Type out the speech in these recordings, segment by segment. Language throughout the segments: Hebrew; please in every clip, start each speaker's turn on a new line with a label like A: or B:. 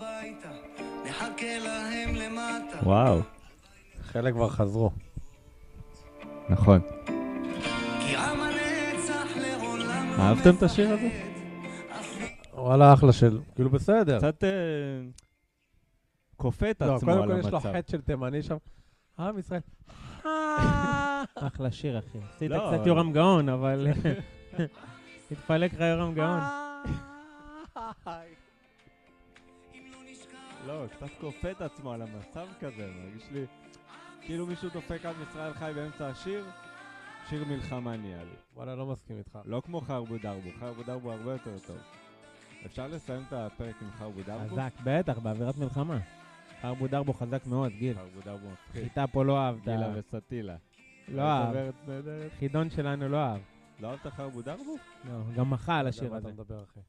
A: הביתה, נחכה להם למטה.
B: וואו,
C: חלק כבר חזרו.
B: נכון.
A: כי עם הנצח לעולם לא
B: אהבתם את השיר הזה?
C: וואלה, אחלה של, כאילו בסדר.
B: קצת כופה את
C: לא,
B: עצמו
C: קודם
B: על
C: כל יש לו
B: המצב.
C: חטא של תימני שם. עם ישראל.
D: אחלה שיר, אחי. עשית
B: לא,
D: קצת
B: אבל-
D: יורם גאון, אבל... התפלק לך יורם גאון.
B: לא, קצת כופה את עצמו על המצב כזה, מרגיש לי כאילו מישהו דופק עם ישראל חי באמצע השיר, שיר מלחמה נהיה לי.
C: וואלה, לא מסכים איתך.
B: לא כמו חרבו דרבו, חרבו דרבו הרבה יותר טוב. אפשר לסיים את הפרק עם חרבו דרבו?
D: חזק, בטח, באווירת מלחמה. חרבו דרבו חזק מאוד, גיל.
B: חרבו דרבו מפחיד.
D: חיטה פה לא אהבת.
B: גילה וסטילה.
D: לא אהב.
B: ארץ נהדרת.
D: חידון שלנו לא אהב.
B: לא אהבת חרבו דרבו?
D: לא, גם מחה על השיר
C: אתה
D: הזה.
C: מדבר, אחי.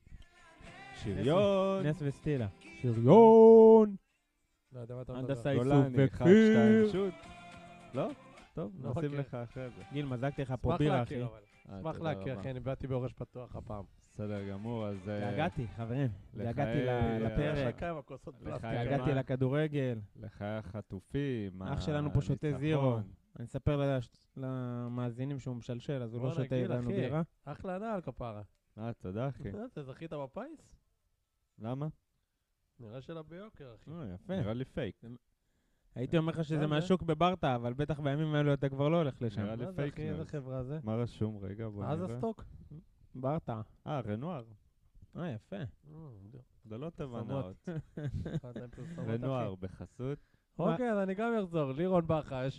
B: שריון!
D: נס וסטילה. שריון!
C: לא יודע מה אתה
D: הנדסה
C: מדבר.
D: איסוף
B: גולני, אחד,
D: וכפיר.
B: שתיים, שוט. לא? טוב,
C: לא
B: נשים
C: מכיר.
B: לך אחרי זה.
D: גיל, מזגתי לך פה
C: אשמח
D: בירה, אחי.
C: להכיר, אבל. אשמח
B: תודה
C: להכיר,
B: רבה.
C: אחי, אני באתי בראש פתוח הפעם.
B: בסדר גמור, אז...
D: געגעתי, חברים. געגעתי
B: לחיי-
D: לפרק.
C: השקה עם הכוסות פלסטיק.
B: לחיי-
D: געגעתי לכדורגל.
B: לחיי החטופים,
D: אח שלנו פה שותה
B: הניצחון.
D: זירו. אני אספר למאזינים שהוא משלשל, אז הוא לא
C: בוא
D: שותה
C: נגיד,
D: לנו
C: אחי.
D: בירה.
C: אחלה נעל כפרה.
B: תודה אחי.
C: אתה זכית בפיס?
B: למה?
C: נראה שלה ביוקר, אחי.
D: יפה.
B: נראה לי פייק.
D: הייתי אומר לך שזה
C: בסדר.
D: מהשוק בברטה, אבל בטח בימים האלו אתה כבר לא הולך לשם.
B: נראה לי
C: מה זה,
B: פייק
C: אחי?
B: ניוז.
C: איזה חברה זה?
B: מה רשום? רגע, בוא
C: אז
B: נראה.
C: הסטוק?
D: ברטה.
B: רנואר.
D: יפה.
B: זה לא טבע
C: פרסומות.
B: נאות. רנואר בחסות.
C: אוקיי, אז אני גם אחזור. לירון בחש.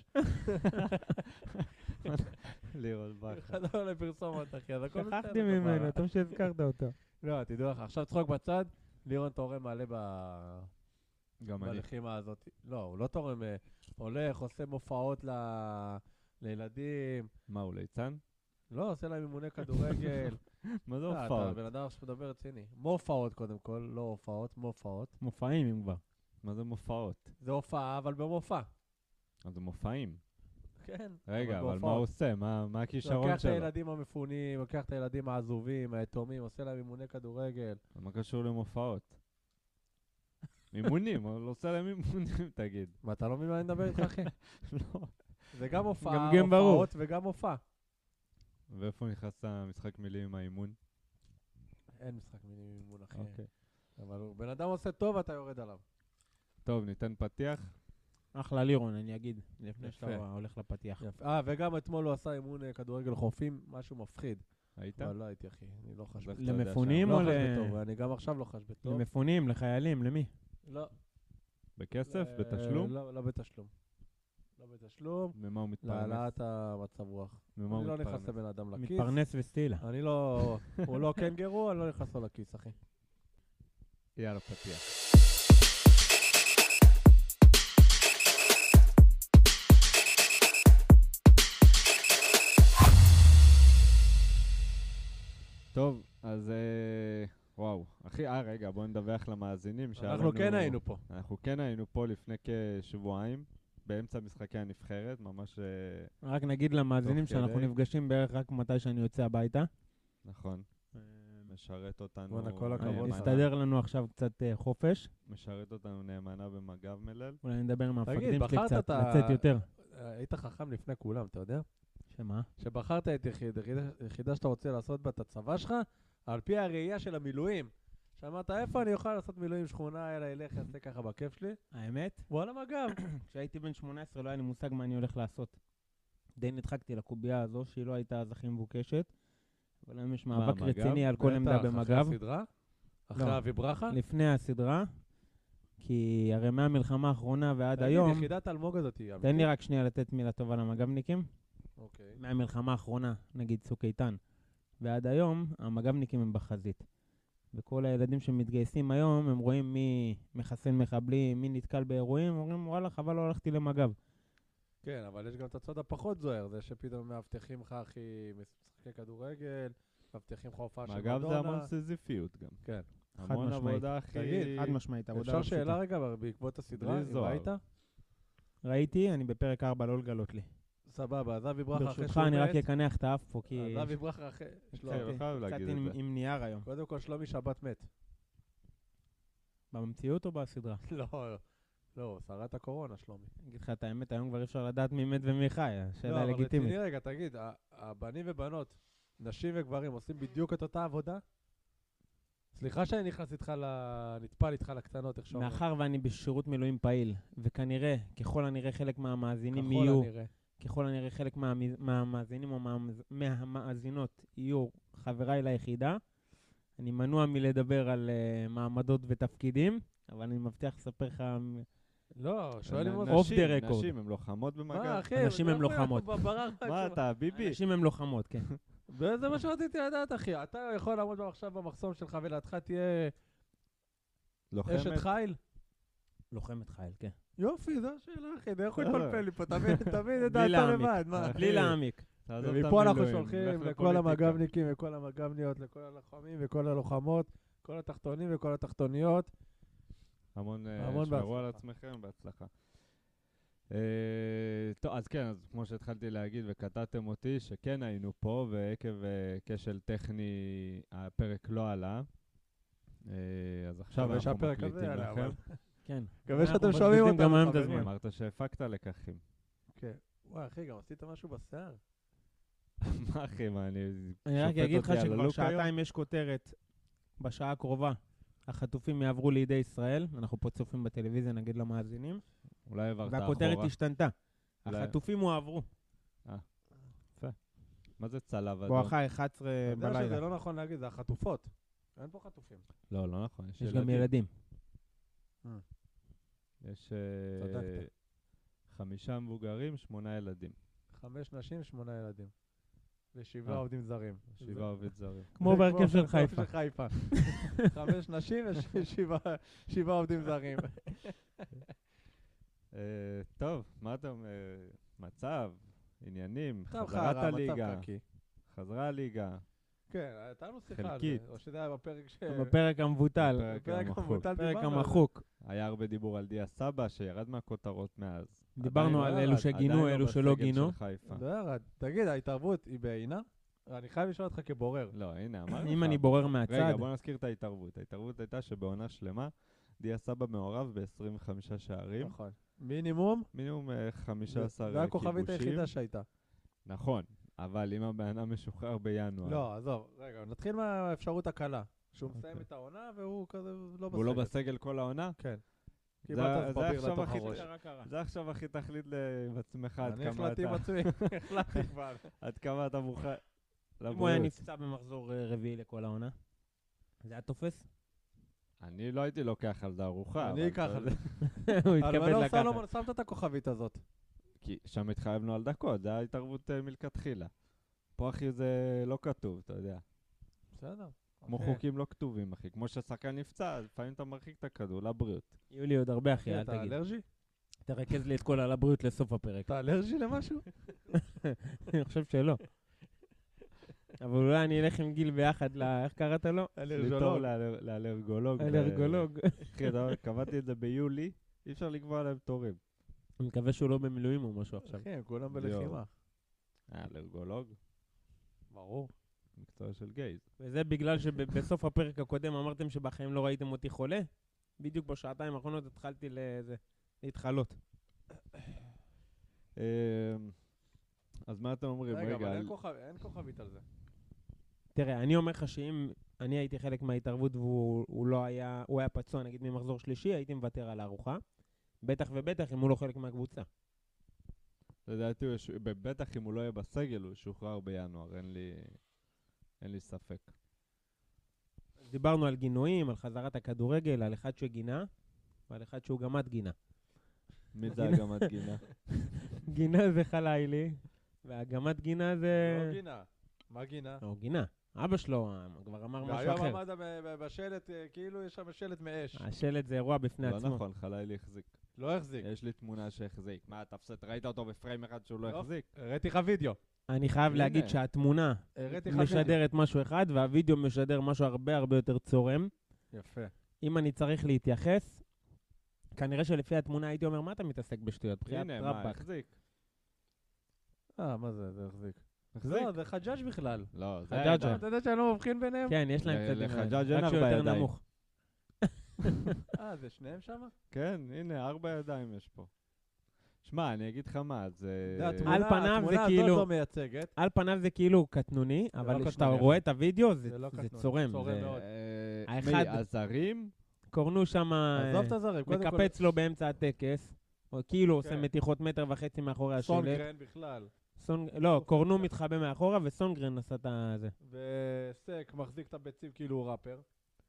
B: לירון בכר.
C: חזר לפרסומות, אחי, אז הכל בסדר.
D: שכחתי ממנו,
C: כפרה.
D: טוב שהזכרת אותו.
C: לא, תדעו לך, עכשיו צחוק בצד, לירון תורם מלא
B: גם אני.
C: בלחימה הזאת. לא, הוא לא תורם, הולך, עושה מופעות לילדים.
B: מה, הוא ליצן?
C: לא, עושה להם אימוני כדורגל.
B: מה זה
C: אתה
B: הופעות?
C: בן אדם שמדבר רציני. מופעות קודם כל, לא הופעות, מופעות.
D: מופעים אם כבר.
B: מה זה מופעות?
C: זה הופעה, אבל במופע.
B: אז זה מופעים.
C: כן.
B: רגע, אבל מה
C: בהופעות.
B: הוא עושה? מה הכישרון
C: לוקח את
B: שלו?
C: הילדים המפונים, לוקח את הילדים העזובים, היתומים, עושה להם אימוני כדורגל.
B: מה קשור למופעות? אימונים, אבל עושה להם אימונים, תגיד.
C: מה, אתה לא מבין מה אני מדבר איתך, אחי?
B: לא.
C: זה גם הופעה,
D: גם ברור.
C: הופעות וגם מופע.
B: ואיפה נכנס המשחק מילים עם האימון?
C: אין משחק מילים אימון, אחי.
B: אוקיי.
C: אבל הוא בן אדם עושה טוב, אתה יורד עליו.
B: טוב, ניתן פתיח.
D: אחלה לירון, אני אגיד, לפני
C: יפה.
D: שאתה הולך לפתיח.
C: וגם אתמול הוא עשה אימון כדורגל חופים, משהו מפחיד.
B: היית?
C: אבל לא הייתי, אחי, אני לא חש
B: איך אתה
C: בטוב.
B: יודע
D: למפונים
C: לא
D: או
C: חש
D: ל...
C: בטוב, אני גם עכשיו לא חש בטוב.
D: למפונים, לחיילים, למי?
C: לא.
B: בכסף? בתשלום?
C: לא בתשלום. לא בתשלום,
B: ממה הוא מתפרנס?
C: להעלאת המצב רוח.
B: ממה הוא
C: אני לא נכנס
B: מתפרנס?
C: לבן אדם לכיס.
D: מתפרנס וסטילה.
C: אני לא... הוא לא קנגרו, אני לא נכנס לו לכיס, אחי.
B: יאללה, פתיח.
C: טוב,
B: אז וואו. אחי, רגע, בואו נדווח למאזינים שהיה
C: אנחנו
B: לנו-
C: כן היינו פה.
B: אנחנו כן היינו פה לפני כשבועיים, באמצע משחקי הנבחרת, ממש
D: רק נגיד למאזינים
B: תוך
D: שאנחנו
B: כדי.
D: נפגשים בערך רק מתי שאני יוצא הביתה.
B: נכון, משרת אותנו
C: וואלה, כל הכבוד.
B: נאמנה.
D: הסתדר לנו עכשיו קצת חופש.
B: משרת אותנו נאמנה במג"ב מלל.
D: אולי נדבר עם
C: תגיד,
D: המפקדים שלי
C: בחרת
D: קצת,
C: את ה-
D: לצאת יותר.
C: היית חכם לפני כולם, אתה יודע?
D: שמה?
C: שבחרת את יחידה שאתה רוצה לעשות בה את הצבא שלך, על פי הראייה של המילואים. שאמרת, איפה אני אוכל לעשות מילואים שכונה, אלא ילך יעשה ככה בכיף שלי?
D: האמת?
C: וואלה מג"ב.
D: כשהייתי בן 18 לא היה לי מושג מה אני הולך לעשות. די נדחקתי לקובייה הזו, שהיא לא הייתה אז הכי מבוקשת. אבל היום יש מאבק
B: מג"ב?
D: רציני על כל עמדה
C: בטח, אחרי
D: במג"ב.
C: הסדרה? אחרי
D: לא.
C: אבי ברכה?
D: לפני הסדרה. כי הרי מהמלחמה האחרונה ועד
C: תגיד,
D: היום...
C: יחידת אלמוג הזאת היא
D: תן לי רק שנייה לתת מילה טובה למג"בניקים.
C: אוקיי.
D: מהמלחמה האחרונה, נגיד צוק איתן, ועד היום, המג"בניקים הם בחזית. וכל הילדים שמתגייסים היום, הם רואים מי מחסן מחבלים, מי נתקל באירועים, אומרים, וואלה, חבל לא הלכתי למג"ב.
C: כן, אבל יש גם את הצד הפחות זוהר, זה שפתאום מאבטחים לך, אחי, משחקי כדורגל, מאבטחים לך הופעה של מדונה.
B: מג"ב זה המון סיזיפיות גם.
C: כן.
B: המון
D: משמעית.
B: עבודה, אחי.
C: תגיד,
D: חד משמעית, עבודה
C: אפשר
D: לא פשוטה.
C: שאלה רגע בעקבות הסדרה,
B: בלי
C: אם
B: זוהר.
C: ראית?
D: ראיתי, אני בפרק 4, לא לגלות לי.
C: סבבה, אז אבי ברכה אחרי
D: ברשותך,
C: שהוא
D: אני רק
C: מת,
D: אקנח את האף פה, כי
C: אז אבי ברכה אחרי... יש לו-
B: כן, חייב
D: קצת
B: להגיד את זה.
D: עם נייר היום.
C: קודם כל שלומי שבת מת.
D: במציאות או בסדרה?
C: לא, שרת הקורונה, שלומי.
D: אני אגיד לך את האמת, היום כבר אי אפשר לדעת מי מת ומי חי, השאלה
C: לא, אבל
D: לגיטימית.
C: רציני רגע, תגיד, הבנים ובנות, נשים וגברים, עושים בדיוק את אותה עבודה? סליחה שאני נכנס איתך נטפל איתך לקטנות, איך שאומרים.
D: מאחר ואני בשירות מילואים פעיל, וכנראה, ככל הנראה חלק מהמאזינים
C: ככל
D: יהיו,
C: הנראה.
D: ככל הנראה חלק מהמאזינים או מהמאזינות יהיו חבריי ליחידה, אני מנוע מלדבר על מעמדות ותפקידים, אבל אני מבטיח לספר לך,
C: לא, שואל אם הוא...
D: אוף דה רקורד.
B: נשים, הן לוחמות במג"ב.
C: מה, אחי?
D: אנשים הם לוחמות.
B: מה אתה, ביבי?
D: אנשים הם לוחמות, כן.
C: וזה מה שרציתי לדעת, אחי. אתה יכול לעמוד עכשיו במחסום שלך ולידך תהיה
B: לוחמת?
C: אשת חיל?
D: לוחמת חייל, כן.
C: יופי, זו השאלה, אחי. אתה יכול להתפלפל לי פה, תמיד את
D: בלי
C: דעתו
D: להעמיק.
C: לבד, מה?
D: בלי להעמיק.
B: תעזוב את
C: ומפה אנחנו
B: המילואים,
C: שולחים
B: לך
C: לכל
B: לפוליטיקה.
C: המג"בניקים וכל המג"בניות, לכל הלוחמים וכל הלוחמות, כל התחתונים וכל התחתוניות.
B: המון
C: המון
B: שמרו על
C: בהצלחה.
B: עצמכם, בהצלחה. טוב, אז כן, אז כמו שהתחלתי להגיד וקטעתם אותי, שכן היינו פה, ועקב כשל טכני הפרק לא עלה. אז עכשיו
C: מקווה
B: אנחנו
C: שהפרק הזה
B: מקליטים
C: יעלה,
B: לכם.
C: אבל.
D: כן.
C: מקווה שאתם
D: אנחנו
C: שומעים
D: מקליטים
C: אותנו,
D: גם היום את
C: חברים.
D: הזמן.
B: אמרת שהפקת לקחים.
C: כן. וואי, אחי, גם עשית משהו בשיער.
B: מה אחי, מה, אני
D: אני רק
B: שופט
D: אגיד לך
B: אותי על
D: שכבר
B: הלוק היום?
D: שעתיים יש כותרת, בשעה הקרובה, החטופים יעברו לידי ישראל, אנחנו פה צופים בטלוויזיה, נגיד למאזינים,
B: אולי עברת אחורה.
D: והכותרת השתנתה.
B: אולי-
D: החטופים הועברו.
B: מה זה צלב אדום?
D: בואכה 11
C: אתה יודע שזה
D: בלילה.
C: לא נכון להגיד, זה החטופות. אין פה חטופים.
B: לא, לא נכון,
D: יש גם ילדים.
B: יש
C: צדקת.
B: 5 מבוגרים, 8 ילדים.
C: 5 נשים, 8 ילדים. ו7
B: אה.
C: עובדים זרים.
B: 7 עובדים זרים.
D: כמו
C: זה
D: בהרכב של
C: בהרכב
D: חיפה.
C: חיפה. 5 נשים ו7 עובדים זרים.
B: טוב, מה אתה אומר? מצב, עניינים,
C: מצב
B: חזרת
C: חרא, מצב
B: הליגה,
C: קקי.
B: חזרה הליגה.
C: כן, הייתה לנו שיחה על
B: חלקית.
C: זה. או שזה היה בפרק
D: בפרק המבוטל,
C: בפרק
B: המחוק.
C: המבוטל
D: בפרק
C: דיברנו על זה.
D: המחוק.
B: היה הרבה דיבור על דיה סבא, שירד מהכותרות מאז.
D: דיברנו
C: עדיין
D: על
C: לא
D: אלו
C: ירד,
D: שגינו,
B: עדיין
D: אלו
B: לא
D: שלא
B: בסגל
D: גינו.
B: של חיפה.
C: לא ירד. תגיד, ההתערבות היא בעינה? אני חייב לשאול אותך כבורר.
B: לא, הנה, אמרתי לך.
D: אם אני בורר מהצד,
B: רגע, בוא נזכיר את ההתערבות. ההתערבות הייתה שבעונה שלמה, דיה סבא מעורב ב-25 שערים.
C: נכון. מינימום?
B: מינימום 15
C: זה
B: כיבושים.
C: הכוכבית היחידה שהייתה.
B: נכון, אבל אם הבן אדם משוחרר בינואר,
C: לא, עזוב. רגע, נתחיל מהאפשרות הקלה. שהוא מסיים את העונה והוא כזה לא בסגל.
B: והוא לא בסגל כל העונה,
C: כן.
B: זה
C: קיבלת
B: עכשיו
C: ספביר לתוך
B: הכי-
C: הראש.
B: זה עכשיו הכי תחליט עם עצמך עד
C: אני
B: כמה
C: החלטתי עם
B: אתה-
C: עצמי. החלטתי כבר.
B: עד כמה אתה מוכן
D: אם הוא היה
B: לבריאות.
D: נפצע במחזור רביעי לכל העונה, זה היה תופס?
B: אני לא הייתי לוקח על זה ארוחה.
C: אני
B: אבל
C: אקח
B: אתה
C: על זה.
B: יודע,
D: הוא
C: אבל
D: התכבד
C: לא,
D: לקחת.
C: סלומון, שמת את הכוכבית הזאת.
B: כי שם התחייבנו על דקות, זה היה התערבות מלכתחילה. פה אחי זה לא כתוב, אתה יודע.
C: בסדר.
B: כמו
C: אוקיי.
B: חוקים לא כתובים, אחי. כמו ששחקן נפצע, לפעמים אתה מרחיק את הכדור לבריאות.
D: יהיו לי עוד הרבה, אחי,
C: אחי,
D: אל
C: אתה
D: תגיד.
C: אלרג'י?
D: תרכז לי את כל על הבריאות לסוף הפרק.
C: אתה אלרג'י למשהו?
D: אני חושב שלא. אבל אולי אני אלך עם גיל ביחד איך קראת לו?
B: לתור לאלרגולוג.
D: אלרגולוג.
B: אחי, קבעתי את זה ביולי, אי אפשר לקבוע להם תורים.
D: אני מקווה שהוא לא במילואים או משהו עכשיו.
C: אחי, הם כולם בלחימה.
B: אלרגולוג,
C: ברור.
B: מקצוע של גייז.
D: וזה בגלל שבסוף הפרק הקודם אמרתם שבחיים לא ראיתם אותי חולה. בדיוק בשעתיים האחרונות התחלתי להתחלות.
B: אז מה אתם אומרים?
C: רגע, אבל
B: רגע,
C: אין כוכבית על זה.
D: תראה, אני אומר לך שאם אני הייתי חלק מההתערבות והוא לא היה, הוא היה פצוע נגיד ממחזור שלישי, הייתי מוותר על הארוחה. בטח ובטח אם הוא לא חלק מהקבוצה.
B: לדעתי, בטח אם הוא לא יהיה בסגל, הוא ישוחרר בינואר, אין לי ספק.
D: דיברנו על גינויים, על חזרת הכדורגל, על אחד שגינה, ועל אחד שהוא גמד גינה.
B: מי זה הגמת גינה?
D: גינה זה חלילי, והגמד גינה זה...
C: לא גינה. מה גינה?
D: הוא גינה. אבא שלו כבר אמר משהו
C: והיום
D: אחר.
C: עמד בשלט, כאילו יש שם שלט מאש.
D: השלט זה אירוע בפני
B: לא
D: עצמו.
B: נכון, חלילי החזיק.
C: לא החזיק.
B: יש לי תמונה שהחזיק. מה, אתה ראית אותו בפריים אחד שהוא לא
C: לא.
B: החזיק?
C: הראיתי לך וידאו.
D: אני חייב
B: הנה.
D: להגיד שהתמונה
C: הראיתי לך וידאו.
D: משדרת משהו אחד, והווידאו משדר משהו הרבה הרבה יותר צורם.
C: יפה.
B: לא
D: אם אני צריך להתייחס, כנראה שלפי התמונה הייתי אומר, מה אתה מתעסק בשטויות? בחיית
B: הנה, מה,
D: רבאק.
B: החזיק.
C: מה זה? זה החזיק.
B: החזיק.
C: לא, זה חג'אג' בכלל.
B: לא, זה
D: חג'אג'.
B: הידיים.
C: אתה יודע שאני לא מבחין ביניהם?
D: כן, יש להם
B: ל-
D: קצת...
B: לחג'אג' אין
D: רק שהוא
B: הרבה
D: יותר
B: ידיים.
D: נמוך.
C: זה שניהם שם?
B: כן, הנה, 4 ידיים יש פה. שמע, אני אגיד לך מה, זה...
D: על פניו זה כאילו-
C: התמונה הזאת לא מייצגת.
D: על פניו זה כאילו קטנוני,
C: לא
D: אבל כשאתה
C: קטנוני,
D: רואה
C: אחי.
D: את הוידאו
C: זה
D: זה
C: לא קטנוני,
D: צורם.
C: צורם
D: זה-
C: מאוד.
D: האחד-
B: מי, הזרים?
D: קורנו שם,
C: עזוב את הזרים, קודם כל...
D: מקפץ לו באמצע הטקס, או כאילו עושה
C: כן.
D: מתיחות 1.5 מטר מאחורי השלט.
C: סונגרן בכלל.
D: לא, קורנו מתחבא מאחורה וסונגרן עשה את זה.
C: וסק מחזיק את הביצים כאילו הוא ראפר.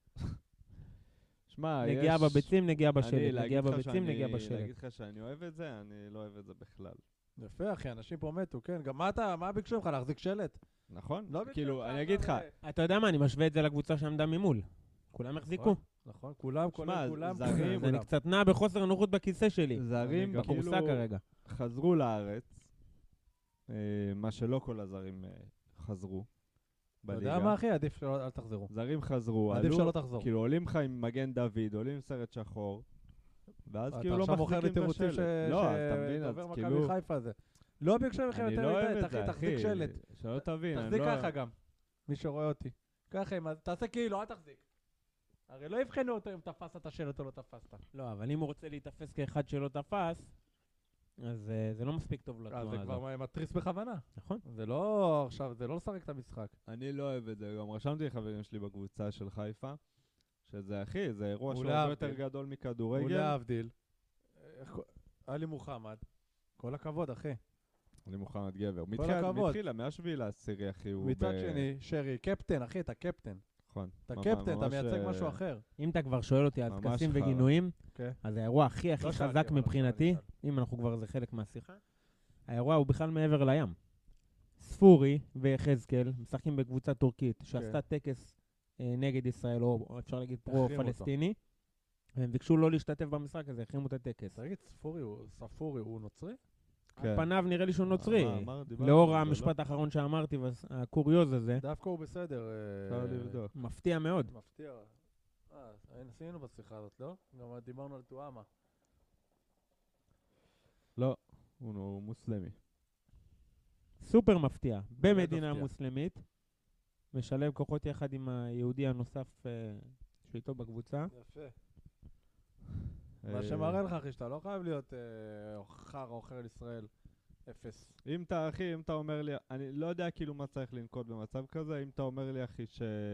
B: שמע,
D: נגיעה בביצים, נגיעה בשלט.
B: אני,
D: נגיעה בביצים, נגיעה בשלט.
B: להגיד לך שאני אוהב את זה, אני לא אוהב את זה בכלל.
C: יפה, אחי, אנשים פה מתו, כן. גם מה ביקשו ממך? להחזיק שלט?
B: נכון?
C: לא ביקשו
B: כאילו,
C: ממך,
B: אני אגיד לך,
D: אתה יודע מה, אני משווה את זה לקבוצה שעמדה ממול. כולם החזיקו.
C: נכון, כולם,
B: שמע,
C: כולם.
B: זרים,
D: אז אני קצת נע בחוסר נוחות בכיסא שלי.
B: זרים
C: גם
B: כאילו
D: בכורסה כרגע.
B: חזרו לארץ, מה שלא כל הזרים חזרו
C: אתה יודע
B: בליגה.
C: מה, אחי? עדיף שלא תחזרו.
B: זרים חזרו,
C: עדיף
B: עלו,
C: שלא תחזור.
B: כאילו עולים לך עם מגן דוד, עולים עם סרט שחור, ואז
C: אתה
B: כאילו לא
C: עכשיו מוכר לי
B: מחזיקים את
C: תירוצים
B: השלט. לא, אז אתה מבין, אז
C: שדובר
B: כאילו...
C: מכבי חיפה הזה. לא ביקשו מכם
B: אני
C: יותר
B: לא אוהב
C: מדי,
B: את
C: אחי,
B: זה,
C: תחזיק
B: אחי.
C: שלט.
B: שלא תבין, אני
C: תחזיק
B: לא...
C: ככה גם, מי שרואה אותי. ככה, תעשה כאילו, אל תחזיק. הרי לא יבחנו אותו אם תפסת את השלט או לא תפסת.
D: לא, אבל אם הוא רוצה להיתפס כאחד שלא תפס, אז זה לא מספיק טוב
C: אז
D: לתנועה
C: זה
D: הזאת.
C: כבר מתריס בכוונה.
D: נכון.
C: זה לא עכשיו, זה לא לשחק את המשחק.
B: אני לא אוהב את זה, גם רשמתי לחברים שלי בקבוצה של חיפה, שזה אחי, זה אירוע שהוא
C: ולהבדיל.
B: הרבה יותר גדול מכדורגל.
C: ולהבדיל. עלי מוחמד, כל הכבוד, אחי.
B: אני מוחמד גבר.
C: הכבוד.
B: מתחילה, מהשביעי לעשירי, אחי, הוא
C: מצד שני, שרי, קפטן, אחי, אתה קפטן.
B: נכון.
C: אתה
B: ממש,
C: קפטן, אתה
B: ממש,
C: מייצג משהו אחר.
D: אם אתה כבר שואל אותי על
B: ממש
D: טקסים
B: חרא.
D: וגינויים,
C: אוקיי.
D: אז האירוע הכי
C: לא שאלתי,
D: חזק
C: אבל
D: מבחינתי,
C: אני
D: אם אנחנו כבר, זה חלק מהשיחה, האירוע הוא בכלל מעבר לים. ספורי ויחזקאל משחקים בקבוצה טורקית שעשתה טקס נגד ישראל, או אפשר להגיד פרו-פלסטיני, והם ביקשו לא להשתתף במשחק הזה, החרימו את הטקס.
C: תגיד, ספורי הוא נוצרי?
B: כן.
D: על פניו נראה לי שהוא נוצרי.
B: דיברנו
D: לאור
B: על זה,
D: המשפט האחרון שאמרתי, והקוריוז הזה,
C: דווקא הוא בסדר.
B: אפשר לבדוק.
D: מפתיע מאוד.
C: מפתיע. עשינו בשיחה הזאת, לא? גם דיברנו על טועמה.
B: לא, הוא מוסלמי.
D: סופר מפתיע. במדינה
C: מפתיע.
D: מוסלמית, משלב כוחות יחד עם היהודי הנוסף שאיתו בקבוצה.
C: יפה. מה שמראה לך, אחי, שאתה לא חייב להיות חר או אחר לישראל. אפס.
B: אם אתה אומר לי, אני לא יודע כאילו מה צריך לנקוט במצב כזה, אם אתה אומר לי, אחי,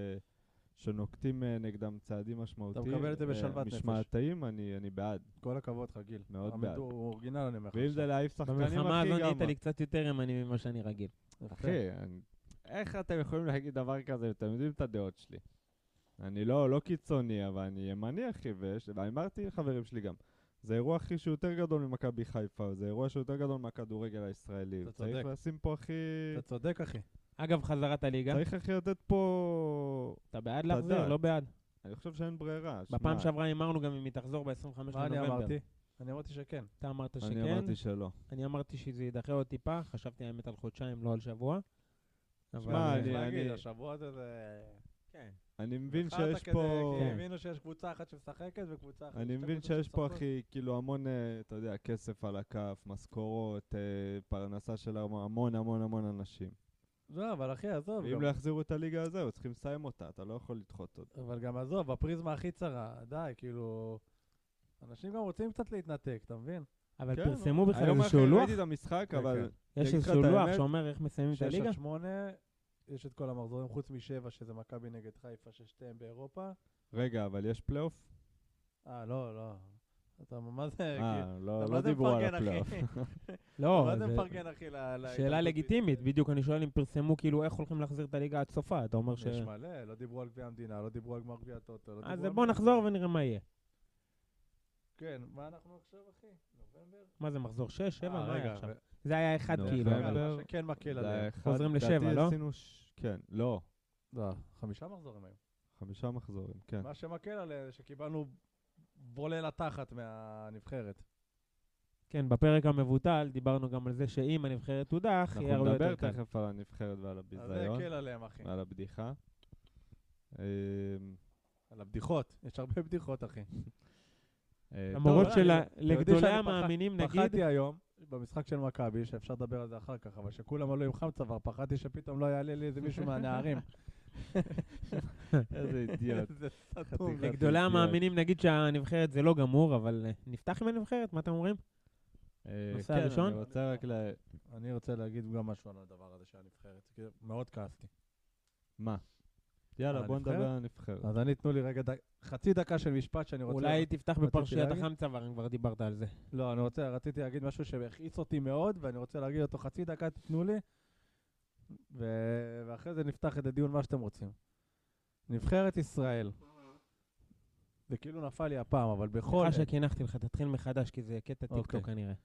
B: שנוקטים נגדם צעדים משמעותיים,
C: אתה מקבל את זה בשלוות נפש.
B: משמעתיים, אני בעד.
C: כל הכבוד לך, גיל.
B: מאוד בעד.
C: הוא אורגינל, אני אומר לך.
B: ואם זה להעיף שחקנים, אחי,
D: במלחמה הזו
B: גם...
D: נהיית לי קצת יותר ימני ממה שאני רגיל.
B: אחי, איך אתם יכולים להגיד דבר כזה? אתם יודעים את הדעות שלי. אני לא קיצוני, אבל אני ימני, אחי, ואמרתי לחברים שלי גם, זה אירוע, אחי, שהוא יותר גדול ממכבי חיפה, זה אירוע שהוא יותר גדול מהכדורגל הישראלי.
C: אתה
B: צריך
C: צודק.
B: לשים פה, אחי...
C: אתה צודק, אחי.
D: אגב, חזרת הליגה,
B: צריך, אחי, לתת פה...
D: אתה בעד
B: אתה
D: להחזיר?
B: יודע.
D: לא בעד.
B: אני חושב שאין ברירה.
D: בפעם שעברה אמרנו גם אם היא תחזור ב-25
C: מה אני
D: לנובמבר.
C: אמרתי? אני אמרתי שכן.
D: אתה אמרת
B: אני
D: שכן,
B: אמרתי שלא.
D: אני אמרתי שזה יידחה עוד טיפה, חשבתי האמת על חודשיים, לא על שבוע.
B: שמע,
C: צריך להגיד,
B: אני-
C: השבוע הזה זה...
D: כן.
B: אני מבין
C: בחרת
B: שיש
C: כדי-
B: פה...
C: כי
D: כן.
C: הבינו שיש קבוצה אחת שמשחקת וקבוצה אחת...
B: אני
C: שתי
B: מבין
C: קבוצות
B: שיש פה,
C: שמשחקות.
B: אחי, כאילו המון, אתה יודע, כסף על הכף, משכורות, פרנסה של המון המון המון אנשים.
C: לא, אבל אחי, עזוב.
B: ואם
C: גם-
B: לא יחזירו את הליגה הזו, צריכים לסיים אותה, אתה לא יכול לדחות אותה.
C: אבל גם עזוב, בפריזמה הכי צרה, די, כאילו... אנשים גם רוצים קצת להתנתק, אתה מבין?
D: אבל
B: כן,
D: פרסמו בכלל
B: היום
D: איזשהו
B: אחרי
D: לוח?
B: ראיתי את המשחק,
C: כן,
B: אבל...
C: כן.
D: יש
B: אגיד לך
D: איזשהו
B: את
D: לוח
B: האמת,
D: שאומר איך מסיימים את
C: 6
D: הליגה?
C: עד 8, יש את כל המחזורים, חוץ מ7, שזה מכבי נגד חיפה, ששתיהם באירופה.
B: רגע, אבל יש פלייאוף?
C: לא. אתה מה זה...
B: לא,
C: אתה
B: לא
C: מה זה
B: דיברו על
C: מפרגן,
B: הפלייאוף.
C: אחי?
D: לא,
C: מה זה
D: זה
C: מפרגן, אחי,
D: שאלה לגיטימית, בדיוק אני שואל אם פרסמו כאילו איך הולכים להחזיר את הליגה עד סופה, אתה אומר ש...
C: יש מלא, לא דיברו על גביע המדינה, לא דיברו על גמר גביע הטוטו, לא דיברו
D: אז
C: על...
D: בוא נחזור ונראה מה יהיה.
C: כן, מה אנחנו עכשיו, אחי? נובמבר?
D: מה זה, מחזור 6, 7? מה היה
C: רגע,
D: עכשיו? זה היה אחד
B: נו,
D: כאילו.
B: נובמבר.
D: אבל-
C: מה שכן מקל
B: זה
C: עליהם.
B: היה אחד,
D: חוזרים
B: לדעתי
D: לשבע, לא?
B: עשינו כן, לא.
C: לא, 5 מחזורים היום.
B: 5 מחזורים, כן.
C: מה שמקל עליהם זה שקיבלנו וולה לתחת מהנבחרת.
D: כן, בפרק המבוטל דיברנו גם על זה שאם הנבחרת תודח, יהיה
B: אנחנו
D: הרבה
B: נדבר
D: יותר קל.
B: תכף על הנבחרת ועל
C: אז זה
B: הביזיון,
C: הקל עליהם, אחי.
B: ועל הבדיחה.
C: על הבדיחות, יש הרבה בדיחות, אחי.
D: למרות
C: טוב,
D: שלגדולי
C: שאני
D: המאמינים נגיד,
C: פחדתי היום, במשחק של מכבי, שאפשר לדבר על זה אחר כך, אבל שכולם עלו עם חם צוואר, פחדתי שפתאום לא יעלה לי איזה מישהו מהנערים
B: איזה אידיוט.
C: זה סתום.
B: חתיכת
D: לגדולי
B: אידיוט.
D: המאמינים נגיד שהנבחרת זה לא גמור, אבל נפתח עם הנבחרת, מה אתם אומרים? נושא
B: כן,
D: הראשון?
B: אני רוצה רק
C: אני רוצה להגיד גם משהו על הדבר הזה של הנבחרת. כי מאוד כעסתי.
B: מה? יאללה,
C: על
B: בוא
C: הנבחרת?
B: נדבר על הנבחרת.
C: אז תנו לי רגע חצי דקה של משפט שאני רוצה...
D: אולי תפתח
C: רציתי
D: בפרשיית
C: להגיד?
D: החמצה, אם כבר דיברת על זה.
C: לא, רציתי להגיד משהו שהכעיס אותי מאוד, ואני רוצה להגיד אותו חצי דקה, תתנו לי, ואחרי זה נפתח את הדיון מה שאתם רוצים. נבחרת ישראל. זה כאילו נפל לי הפעם, אבל בכל...
D: סליחה שכינחתי לך, תתחיל מחדש, כי זה קטע
C: אוקיי.
D: טיקטוק כנראה.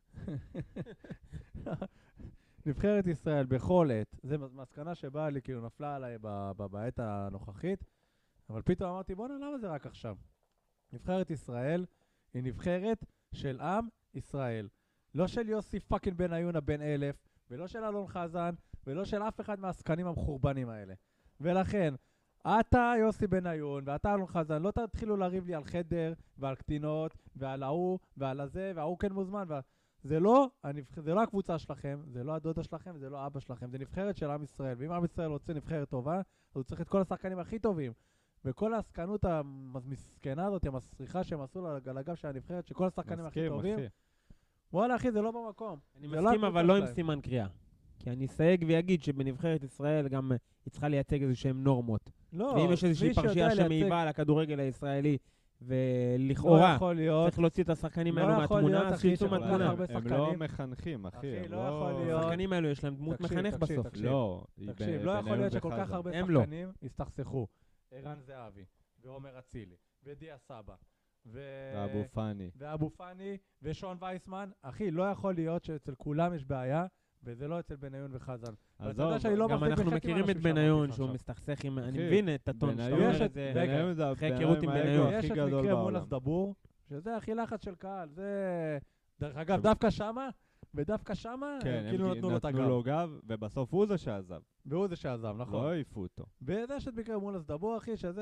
C: נבחרת ישראל בכל עת, זו מסקנה שבאה לי, כאילו נפלה עליי בעת הנוכחית, אבל פתאום אמרתי, בוא'נה, למה זה רק עכשיו? נבחרת ישראל היא נבחרת של עם ישראל. לא של יוסי פאקינג בן עיונה בן 1000, ולא של אלון חזן, ולא של אף אחד מהעסקנים המחורבנים האלה. ולכן, אתה יוסי בן עיון, ואתה אלון חזן, לא תתחילו לריב לי על חדר, ועל קטינות, ועל ההוא, ועל הזה, וההוא כן מוזמן, זה לא הקבוצה שלכם, זה לא הדודה שלכם, זה לא אבא שלכם, זה נבחרת של עם ישראל. ואם עם ישראל רוצה נבחרת טובה, אז הוא צריך את כל השחקנים הכי טובים. וכל העסקנות המסכנה הזאת, המסריחה שהם עשו על הגב של הנבחרת, שכל השחקנים הכי טובים,
B: אחי.
C: וואלה אחי, זה לא במקום.
D: אני
C: זה לא
D: מסכים,
C: הקבוצה
D: אבל לא עם
C: שלהם.
D: סימן קריאה. כי אני אסייג ויגיד שבנבחרת ישראל גם היא צריכה לייצג איזשהם נורמות.
C: לא,
D: ואם יש איזושהי
C: מי שיודע
D: פרשייה
C: לייצג-
D: שמעיבה על הכדורגל הישראלי,
C: לא
D: ולכאורה
C: יכול להיות,
D: צריך להוציא את השחקנים
C: לא
D: האלו
C: יכול
D: מהתמונה,
C: להיות,
D: אז
C: אחי,
D: שיצאו
C: שכל כך
D: מהתמונה.
C: הרבה
B: הם לא
C: שחקנים.
B: מחנכים, אחי.
C: אחי,
B: הם
C: לא יכול להיות.
D: השחקנים האלו יש להם דמות
C: תקשיב,
D: מחנך
C: תקשיב,
D: בסוף.
C: תקשיב.
B: לא, היא
C: תקשיב, לא יכול
B: בניון
C: להיות שכל כך
B: וחזן.
C: הרבה
D: הם לא.
C: שחקנים הסתכסכו. ערן זהבי, ועומר אצילי, ודיה סבא,
B: ואבו פאני.
C: ואבו פאני, ושון וייסמן. אחי, לא יכול להיות שאצל כולם יש בעיה, וזה לא אצל בניון וחזן. ואתה יודע שאני לא
D: גם
C: מחזיק
D: אנחנו
C: בחלק עם
D: מכירים את
C: אנשים שאמרתי
D: בניון,
C: לך
D: שהוא
C: עכשיו.
D: מסתכסך עם... אני
B: אחי,
D: מבין את הטון שאתה
B: בניון-
D: אומר את זה.
C: רגע,
B: בניון זה
D: אחרי
B: הבן
D: היכרות
B: אדם
D: עם
B: האגו
D: בניון.
B: הכי
C: יש את
B: גדול
C: מקרה
B: בעולם.
C: מולס דבור, שזה הכי לחץ של קהל, זה... דרך אגב, דווקא שמה, ודווקא שמה,
B: כן,
C: הם כאילו נתנו לו את
B: נתנו
C: הגב.
B: לו גב, ובסוף הוא זה שעזב.
C: והוא זה שעזב, נכון.
B: לא העיפו אותו.
C: ויש את מקרה מולס דבור, אחי, שזה...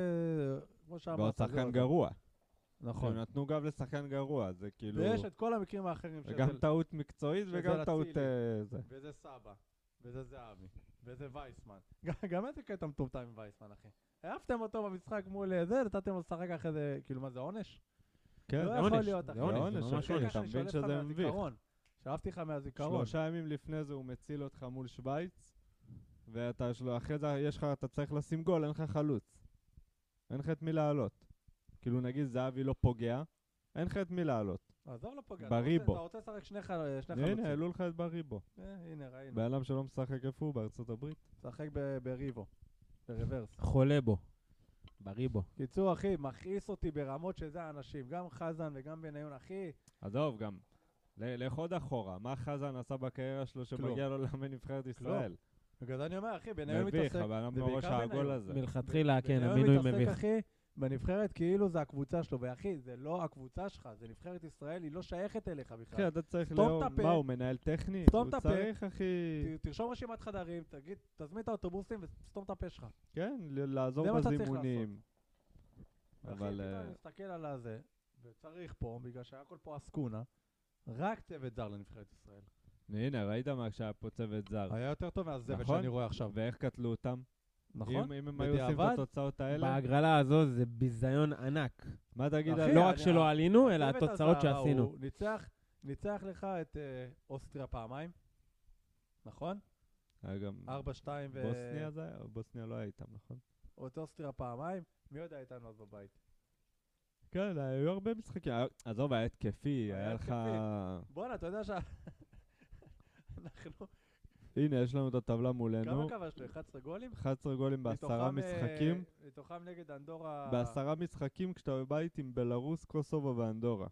C: כמו שאמרת.
B: ועוד
C: זה
B: שחקן
C: עוד-
B: גרוע.
C: נכון.
B: הם נתנו גב לשחקן גרוע, זה כאילו...
C: ויש את כל המקרים האחרים
B: גם טעות מקצועית
C: שזה
B: וגם טעות
C: אצילי.
B: זה.
C: וזה סבא, וזה זהבי, וזה וייסמן. גם איזה קטע מטומטם עם וייסמן, אחי. העפתם אותו במשחק מול זה, נתתם לו לשחק אחרי זה, כאילו מה זה עונש?
B: כן,
C: לא
D: זה
C: יכול
D: עונש,
C: להיות,
D: זה
C: אחי.
D: עונש,
B: זה
D: זה
B: ממש
D: ממש
B: עונש.
D: עונש.
B: אתה מבין שזה מביך.
C: שאפתי לך מהזיכרון.
B: 3 ימים לפני זה הוא מציל אותך מול שוויץ, ואתה אחרי זה יש לך, אתה צריך לשים גול, אין לך חלוץ. אין לך את מי לעלות. כאילו נגיד זהבי לא פוגע, אין לך את מי לעלות.
C: עזוב לא פוגע.
B: בריבו.
C: אתה רוצה לשחק שני חלוצים.
B: הנה, העלו לך את בריבו.
C: הנה, ראינו.
B: בן אדם שלא משחק איפה הוא בארצות הברית.
C: שחק בריבו. ברוורס.
D: חולה בו. בריבו.
C: קיצור, אחי, מכעיס אותי ברמות שזה האנשים. גם חזן וגם בניון, אחי.
B: עזוב, גם, לך עוד אחורה. מה חזן עשה בקריירה שלו שמגיע לו לאמן נבחרת ישראל?
C: בגלל זה אני אומר, אחי, בניון
B: מביך,
C: מתעסק.
B: אבל אני
C: זה
B: בראש
C: בעיקר
B: העגול
C: בניון.
B: הזה.
D: מלכתחילה, כן,
C: בניון
D: המינוי
C: מתעסק,
D: מביך.
C: אחי, בנבחרת כאילו זה הקבוצה שלו, ואחי, זה לא הקבוצה שלך, זה נבחרת ישראל, היא לא שייכת אליך בכלל.
B: אחי, אתה צריך
C: סתום
B: לאהוב,
C: את הפה.
B: מה הוא מנהל טכני?
C: סתום
B: הוא
C: את הפה.
B: צריך, אחי,
C: תרשום רשימת חדרים, תזמין את האוטובוסים וסתום את הפה שלך.
B: כן, לעזור
C: זה מה שאתה צריך
B: בזימונים.
C: אחי,
B: אבל...
C: פתאום אני מסתכל על הזה, וצריך פה, בגלל שהכל פה עסקונה, רק צוות זר לנבחרת ישראל.
B: הנה, ראית מה כשהיה פה צוות זר.
C: היה יותר טוב מהזבל
B: נכון?
C: שאני רואה עכשיו.
B: ואיך קטלו אותם?
C: נכון?
B: אם הם היו עושים את
C: בדיעבד?
B: התוצאות האלה?
D: בהגרלה הזו זה ביזיון ענק.
B: מה תגיד
C: אחי,
B: על...
D: לא
C: אני-
D: רק שלא עלינו, אלא
C: הצוות
D: התוצאות
C: הזר
D: שעשינו.
C: הוא ניצח לך את אוסטריה פעמיים, נכון?
B: היה גם
C: 4-2
B: בוסניה זה היה? בוסניה לא היה איתם, נכון?
C: או את אוסטריה פעמיים, מי יודע איתנו אז בבית?
B: כן, היו הרבה משחקים. עזוב, היה התקפי,
C: היה
B: היה לך...
C: התקפי. בואנה, אתה יודע אנחנו...
B: הנה, יש לנו את הטבלה מולנו.
C: כמה כבשנו? 11 גולים?
B: 11 גולים ב10
C: מתוכם,
B: משחקים.
C: מתוכם נגד אנדורה...
B: ב10 משחקים כשאתה בבית עם בלרוס, קוסובו ואנדורה.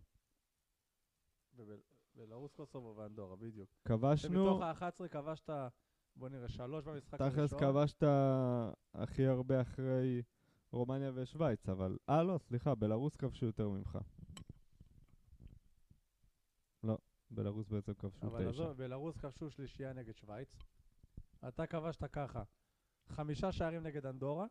C: בלרוס, קוסובו ואנדורה, בדיוק.
B: כבשנו,
C: ומתוך ה-11 כבשת, בוא נראה, 3 במשחק
B: תכלס
C: הראשון.
B: כבשת הכי הרבה אחרי רומניה ושוויץ, אבל... לא, סליחה, בלרוס כבשו יותר ממך. לא, בלרוס בעצם כבשו
C: אבל
B: 9.
C: עזוב, בלרוס כבשו שלישייה נגד שוויץ. אתה כבשת ככה, 5 שערים נגד אנדורה,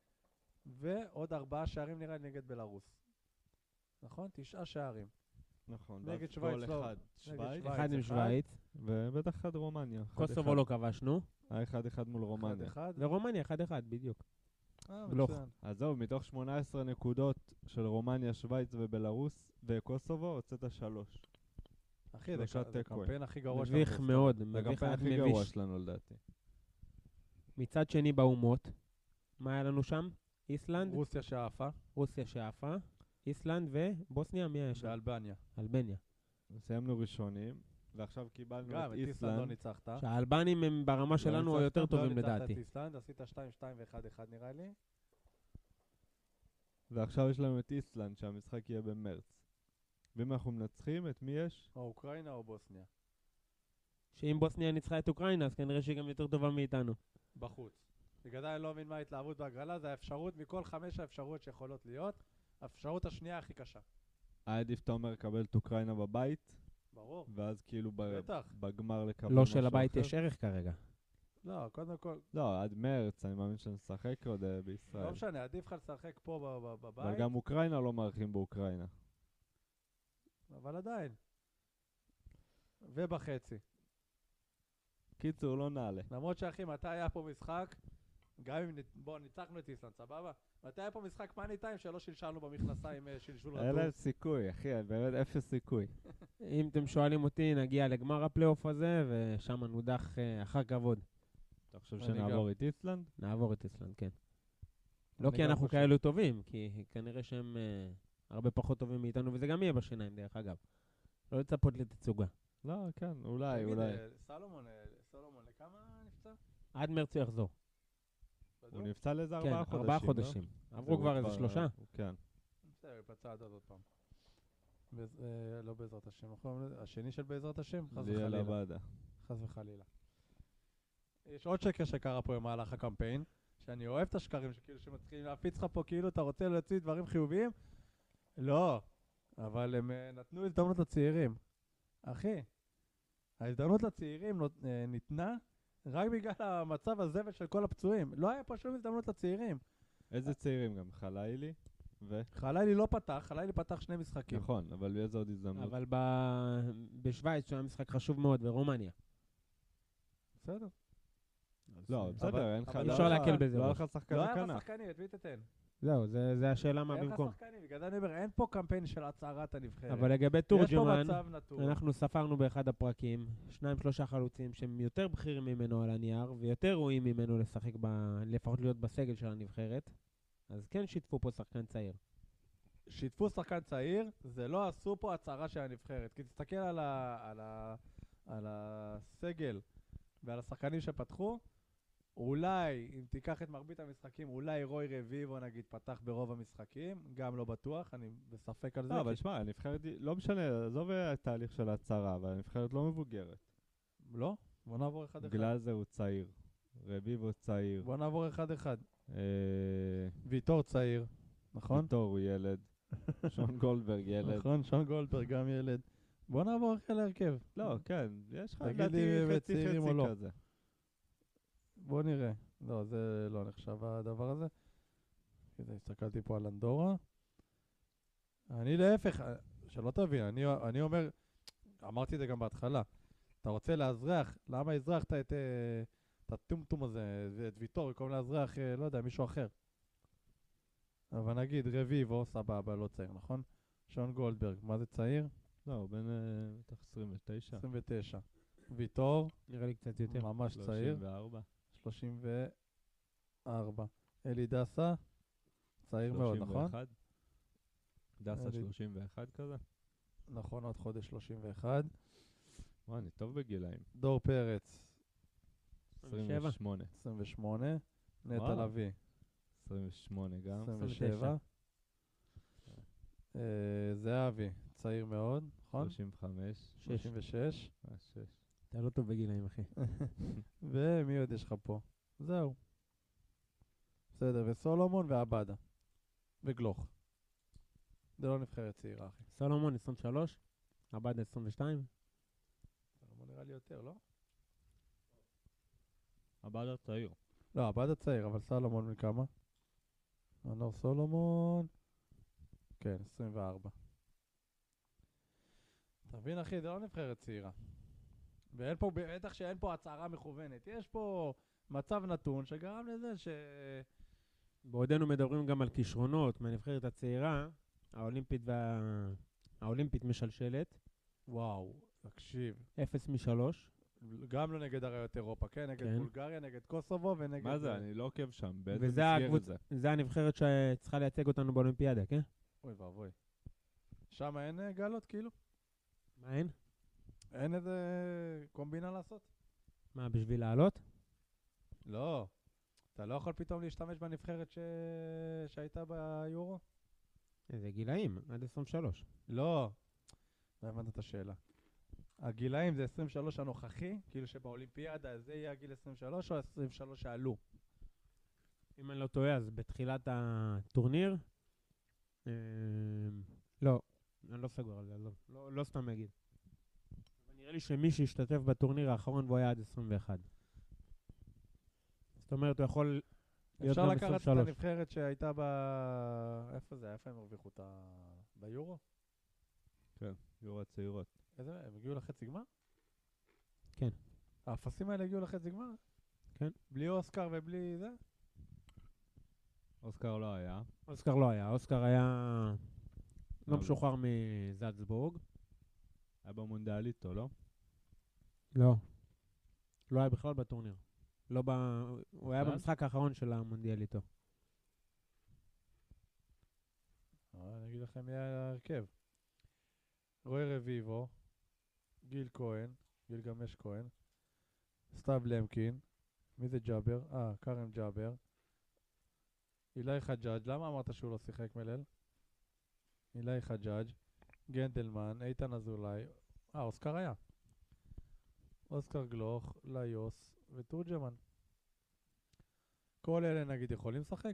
C: ועוד 4 שערים נראה לי נגד בלרוס. נכון? 9 שערים.
B: נכון.
C: נגד
B: ואז
C: שווייץ
B: גול
C: לא.
B: אחד שווייץ,
C: שווייץ.
D: אחד עם
C: אחד.
D: שווייץ.
B: ובטח אחד רומניה.
D: קוסובו לא כבשנו.
B: היה 1-1 מול רומניה.
C: 1-1.
D: ורומניה 1-1, בדיוק. גלוך.
C: מצוין.
B: אז זהו, מתוך 18 נקודות של רומניה, שווייץ ובלרוס וקוסובו, הוצאת 3.
C: אחי,
B: שלושה
C: זה
B: תיקואים.
C: הקמפיין הכי גרוע שלנו.
D: מביך
C: בהיסטוריה.
D: מאוד,
B: זה
D: מביך
B: הקמפיין
D: עד
B: הכי גרוע
D: מביש.
B: שלנו לדעתי.
D: מצד שני באומות, מה היה לנו שם? איסלנד,
C: רוסיה שאפה,
D: רוסיה שאפה, איסלנד ובוסניה, מי היה שם?
C: באלבניה.
D: אלבניה.
B: סיימנו ראשונים, ועכשיו קיבלנו
C: גם
B: את
C: את איסלנד לא
B: איסלנד.
C: ניצחת.
D: שהאלבנים הם ברמה שלנו
B: ניצחת?
D: יותר
C: לא
D: טובים
C: ניצחת
D: לדעתי.
C: את איסלנד, עשית 2-2 ו-1-1 נראה לי.
B: ועכשיו יש לנו את איסלנד, שהמשחק יהיה במרץ. ואם אנחנו מנצחים, את מי יש?
C: או אוקראינה או בוסניה.
D: שאם בוסניה ניצחה את אוקראינה, אז כנראה שהיא גם יותר טובה מאיתנו.
C: בחוץ. בגלל אני לא מבין מה ההתלהבות בהגרלה, זה האפשרות מכל 5 האפשרויות שיכולות להיות, האפשרות השנייה הכי קשה.
B: עדיף אתה אומר לקבל את אוקראינה בבית,
C: ברור.
B: ואז כאילו
C: בטח.
B: בגמר לקבל
D: לא
B: משהו
D: שלבית
B: אחר.
D: יש ערך כרגע.
C: לא, קודם כל,
B: לא, עד מרץ, אני מאמין שנשחק עוד בישראל.
C: לא משנה, עדיף לך לשחק פה
B: אבל
C: בבית,
B: גם אוקראינה לא מארחים באוקראינה.
C: אבל עדיין. ובחצי.
B: קיצור, לא נעלה.
C: למרות שאחי, מתי היה פה משחק? גם אם בוא, ניצחנו את איסלנד, סבבה? מתי היה פה משחק מאני טיים שלא שלשלנו במכנסיים שלשול
B: אין
C: רטוב?
B: להם סיכוי, אחי, באמת אפס סיכוי.
D: אם אתם שואלים אותי, נגיע לגמר הפלייאוף הזה, ושם נודח אחר כבוד.
B: אתה חושב
C: אני
B: שנעבור את איסלנד?
D: נעבור את איסלנד, כן. לא
C: אני
D: כי
C: גם
D: אנחנו
C: חושב.
D: כאלו טובים, כי כנראה שהם הרבה פחות טובים מאיתנו, וזה גם יהיה בשיניים, דרך אגב. לא לצפות לתצוגה.
B: לא, כן, אולי,
C: תגיד,
B: אולי.
C: סולומון, לכמה נפצע?
D: עד מרץ הוא יחזור.
B: הוא נפצע לאיזה
D: כן,
B: 4 חודשים,
D: 4
B: לא?
D: חודשים. עברו
B: והוא
D: כבר איזה 3.
B: כן.
C: בסדר, הוא פצע עד עוד פעם. לא בעזרת השם, נכון? השני של בעזרת השם? חס
B: ליאל
C: וחלילה.
B: עבדה.
C: חס וחלילה. יש עוד שקר שקרה פה במהלך הקמפיין, שאני אוהב את השקרים שכאילו שמתחילים להפיץ לך פה כאילו אתה רוצה להוציא דברים חיוביים. לא, אבל הם נתנו הזדמנות לצעירים. אחי, ההזדמנות לצעירים ניתנה רק בגלל המצב הזבל של כל הפצועים. לא היה פה שום הזדמנות לצעירים.
B: איזה צעירים גם? חלילי?
C: חלילי לא פתח, חלילי פתח 2 משחקים.
B: נכון, אבל באיזה עוד הזדמנות?
D: אבל בשוויץ, שהיה משחק חשוב מאוד, ורומניה.
C: בסדר.
B: לא, בסדר, אין לך...
C: אבל
D: אי אפשר להקל בזה
B: לא היה
D: ראש.
B: לך שחקן
C: לא היה
B: בכנף.
C: לך שחקנים, את מי תתן?
D: זהו, זה השאלה מה
C: אין לך
D: במקום.
C: שחקנים, בגלל זה אני אומר, אין פה קמפיין של הצהרת הנבחרת.
D: אבל לגבי
C: יש פה
D: תורג'מן,
C: מצב נתון.
D: אנחנו ספרנו באחד הפרקים 2-3 חלוצים שהם יותר בכירים ממנו על הנייר, ויותר ראויים ממנו לשחק, לפחות להיות בסגל של הנבחרת. אז כן שיתפו פה שחקן צעיר.
C: שיתפו שחקן צעיר, זה לא עשו פה הצהרה של הנבחרת. כי תסתכל על הסגל ועל השחקנים שפתחו, אולי, אם תיקח את מרבית המשחקים, אולי רוי רביבו נגיד פתח ברוב המשחקים, גם לא בטוח, אני בספק על זה.
B: לא, אבל
C: כי-
B: שמע, הנבחרת, לא משנה, עזוב התהליך של ההצהרה, אבל הנבחרת לא מבוגרת.
C: לא? בוא נעבור אחד אחד.
B: גלאזר הוא צעיר, רביבו צעיר,
C: בוא נעבור אחד אחד. ויטור צעיר, נכון?
B: ויטור הוא ילד, שון גולדברג ילד.
C: נכון, שון גולדברג גם ילד. בוא נעבור אחרי להרכב.
B: לא, כן, יש לך
C: תגיד
B: לדעתי
C: לי,
B: חצי
C: צעירים או
B: חצי
C: לא?
B: כזה.
C: בוא נראה. לא, זה לא נחשב הדבר הזה. כזה, הסתכלתי פה על אנדורה. אני להפך, שלא תבין, אני אומר, אמרתי את זה גם בהתחלה. אתה רוצה לאזרח, למה הזרחת את הטומטום הזה, את ויטור, במקום לאזרח, לא יודע, מישהו אחר. אבל נגיד, רביבו, סבבה, לא צעיר, נכון? שון גולדברג, מה זה צעיר?
B: לא, הוא בן בטח 29.
C: 29. ויטור,
D: נראה לי קצת יותר.
C: ממש צעיר.
B: 34.
C: 34. אלי דסה, צעיר מאוד, נכון?
B: 31. דסה
C: אלי-
B: 31 כזה?
C: נכון, עוד חודש 31.
B: וואי, אני טוב בגילאים.
C: דור פרץ,
B: 28.
C: 28. נטע
B: וואלה.
C: לביא,
B: 28 גם.
C: 27. זהבי, צעיר מאוד, נכון?
B: 35.
C: 36.
B: 6.
D: אתה לא טוב בגילאים, אחי.
C: ומי עוד יש לך פה? זהו. בסדר, וסולומון ועבדה. וגלוך. זה לא נבחרת צעירה, אחי.
D: סולומון 23, עבד 22.
C: סולומון נראה לי יותר, לא?
B: הבא צעיר.
C: לא, עבדה צעיר, אבל סולומון מכמה? מנור סולומון. כן, 24. אתה מבין, אחי? זה לא נבחרת צעירה. ואין פה, בטח שאין פה הצהרה מכוונת. יש פה מצב נתון שגרם לזה
D: בעודנו מדברים גם על כישרונות מהנבחרת הצעירה, האולימפית משלשלת,
C: וואו, תקשיב.
D: 0-3.
C: גם לא נגד אריות אירופה, כן? נגד
D: כן.
C: בולגריה, נגד קוסובו ונגד...
B: מה זה? אני לא עוקב שם. באיזה
D: וזה
B: מסגרת זה?
D: זה הנבחרת שצריכה לייצג אותנו באולימפיאדה, כן?
C: אוי ואבוי. שם אין גלות, כאילו?
D: מה אין?
C: אין איזה קומבינה לעשות?
D: מה, בשביל לעלות?
C: לא. אתה לא יכול פתאום להשתמש בנבחרת שהייתה ביורו?
D: איזה גילאים, עד 23.
C: לא. לא הבנת את השאלה. הגילאים זה 23 הנוכחי, כאילו שבאולימפיאדה זה יהיה הגיל 23 או 23 שעלו?
D: אם אני לא טועה, אז בתחילת הטורניר, לא, אני לא סגור על זה, לא סתם אגיד. אבל נראה לי שמי שהשתתף בטורניר האחרון בו היה עד 21. זאת אומרת, הוא יכול להיות
C: אפשר
D: גם
C: לקחת את
D: 23.
C: הנבחרת שהייתה איפה זה? איפה הם הרוויחו אותה? ביורו?
B: כן, יורו הצעירות.
C: איזה? הם הגיעו לחצי גמר?
D: כן.
C: האפסים האלה הגיעו לחצי גמר?
D: כן.
C: בלי אוסקר ובלי זה?
B: אוסקר לא היה.
D: אוסקר לא היה, אוסקר היה לא
B: אבל-
D: משוחרר מזלצבורג.
B: היה במונדיאליטו, לא?
D: לא. לא היה בכלל בטורניר. הוא היה
B: בכלל?
D: במשחק האחרון של המונדיאל איתו.
C: אני אגיד לכם מי היה ההרכב. רוי רביבו, גיל כהן, גילגמש כהן, סתיו למקין, מי זה ג'אבר? קרם ג'אבר, אילי חג'אג', למה אמרת שהוא לא שיחק מלל? אילי חג'אג', גנדלמן, איתן אזולאי, אוסקר היה. אוסקר גלוך, ליוס וטורג'מן. כל אלה נגיד יכולים לשחק?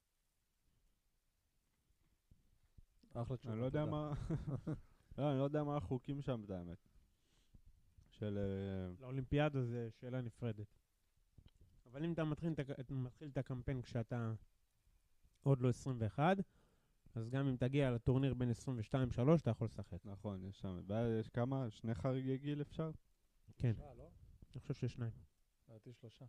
C: אחלה תשובה,
B: אני לא יודע
C: תודה.
B: מה... לא, אני לא יודע מה החוקים שם, את האמת. של...
D: לאולימפיאדה זה שאלה נפרדת. אבל אם אתה מתחיל את הקמפיין כשאתה עוד לא 21, אז גם אם תגיע לטורניר בין 22-3, אתה יכול לשחק.
B: נכון, יש שם. ויש כמה? 2 חריגי גיל אפשר?
D: כן,
C: לא?
D: אני חושב ששניים.
C: לדעתי 3.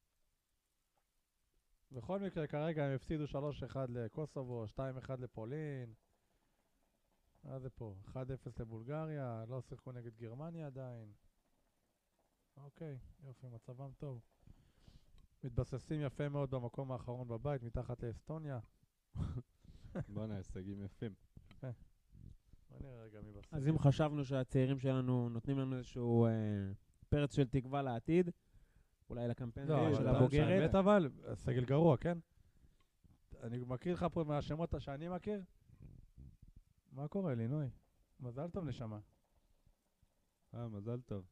C: בכל מקרה, כרגע הם הפסידו 3-1 לקוסובו, 2-1 לפולין. מה זה פה? 1-0 לבולגריה, לא שיחקו נגד גרמניה עדיין. אוקיי, יופי, מצבם טוב. מתבססים יפה מאוד במקום האחרון בבית, מתחת לאסטוניה.
B: בוא'נה, הישגים יפים.
C: בוא נראה רגע מי בסגל.
D: אז אם חשבנו שהצעירים שלנו נותנים לנו איזשהו פרץ של תקווה לעתיד, אולי לקמפיין
C: לא,
D: של
C: אבל
D: הבוגרת,
C: האמת אבל, סגל גרוע, כן? אני מקריא לך פה מהשמות שאני מכיר. מה קורה, לינוי? מזל טוב נשמה.
B: מזל טוב.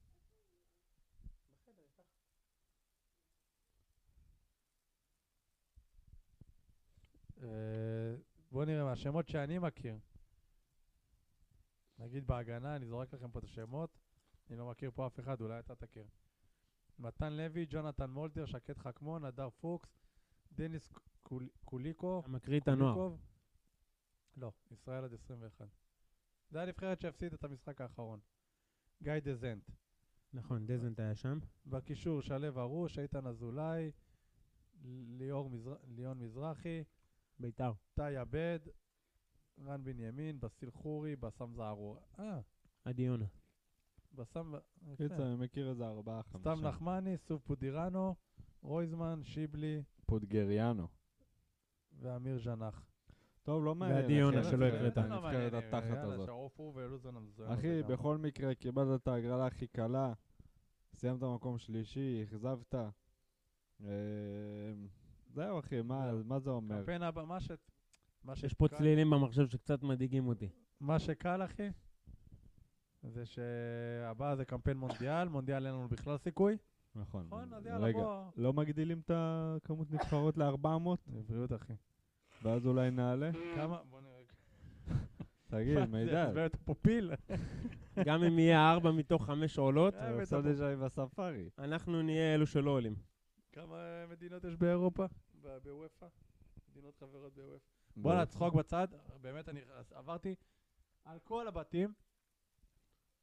C: בוא נראה מהשמות שאני מכיר. נגיד בהגנה, אני זורק לכם פה את השמות. אני לא מכיר פה אף אחד, אולי אתה תכיר. מתן לוי, ג'ונתן מולטר, שקט חכמון, הדר פוקס, דניס קוליקו.
D: אתה מקריא את הנוער.
C: קוליקוב. לא, ישראל עד 21. זה הנבחרת שהפסיד את המשחק האחרון. גיא דזנט.
D: נכון, דזנט היה שם.
C: בקישור שלו ארוש, איתן אזולאי, ליאון מזרחי,
D: ביתר.
C: תאי עבד, רן בנימין, בסיל חורי, בסם זערור.
D: עדי יונה.
C: בסם...
B: קיצר, אני מכיר איזה 4-5.
C: סתם נחמני, סוף פודירנו, רויזמן, שיבלי
B: פודגריאנו.
C: ואמיר ז'נח.
B: טוב, לא מעניין.
D: ועדי יונה
B: אחי,
D: שלא
B: הנבחרת-
D: הקראת.
B: הנבחרת התחת
C: יאללה,
B: הזאת.
C: שעופו ולוזון המזוין.
B: אחי, בכל מקרה, קיבלת את ההגרלה הכי קלה, סיימת מקום שלישי, אכזבת. זהו, אחי, מה זה אומר?
C: קמפיין הבא,
D: יש פה צלילים במחשב שקצת מדאיגים אותי.
C: מה שקל, אחי, זה שהבא זה קמפיין מונדיאל, מונדיאל אין לנו בכלל סיכוי.
B: נכון.
C: נכון, אז יאללה,
B: רגע,
C: בוא.
B: לא מגדילים את הכמות נבחרות ל-400?
C: לבריאות, אחי.
B: ואז אולי נעלה?
C: כמה? בוא נראה.
B: תגיד, מידע.
C: זה פה פיל.
D: גם אם יהיה 4 מתוך 5 עולות,
B: בסוד יש לי בספארי.
D: אנחנו נהיה אלו שלא עולים.
C: כמה מדינות יש באירופה? בוופא? מדינות חברות בוופא. בוא נצחוק בצד. באמת, אני עברתי על כל הבתים.